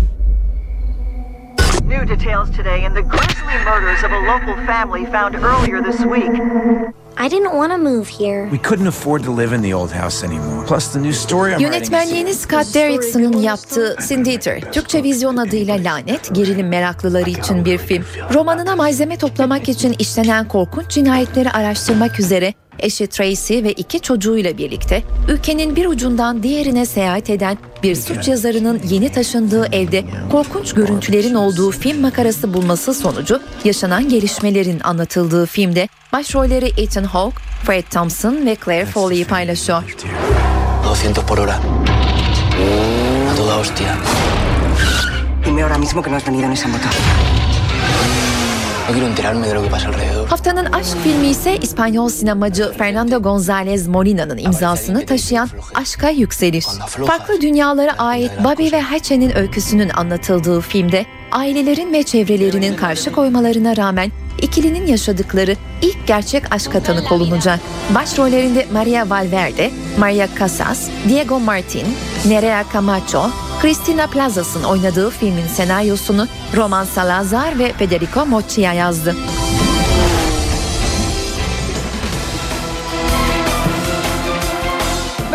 New details today in the grisly murders of a local family found earlier this week. I didn't want to move here. We couldn't afford to live in the old house anymore. Plus the new story I'm writing. Yönetmenliğini Scott Derrickson'ın yaptığı Sin Eater, Türkçe vizyon adıyla Lanet, gerilim meraklıları için bir film. Romanına malzeme toplamak için işlenen korkunç cinayetleri araştırmak üzere eşi Tracy ve 2 çocuğuyla birlikte ülkenin bir ucundan diğerine seyahat eden bir suç yazarının yeni taşındığı evde korkunç görüntülerin olduğu film makarası bulması sonucu yaşanan gelişmelerin anlatıldığı filmde başrolleri Ethan Hawke, Fred Thompson ve Claire Foley'i paylaşıyor. 200 por hora. A toda hostia. Dime ahora mismo que no has venido en esa moto. No quiero enterarme de lo que pasa alrededor. Haftanın aşk filmi ise İspanyol sinemacı Fernando González Molina'nın imzasını taşıyan Aşka Yükseliş. Farklı dünyalara ait Bobby ve Hache'nin öyküsünün anlatıldığı filmde ailelerin ve çevrelerinin karşı koymalarına rağmen ikilinin yaşadıkları ilk gerçek aşka tanık olunacak. Başrollerinde Maria Valverde, Maria Casas, Diego Martin, Nerea Camacho, Cristina Plazas'ın oynadığı filmin senaryosunu Roman Salazar ve Federico Moccia yazdı.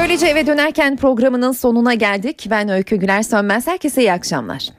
Böylece eve dönerken programının sonuna geldik. Ben Öykü Güler Sönmez. Herkese iyi akşamlar.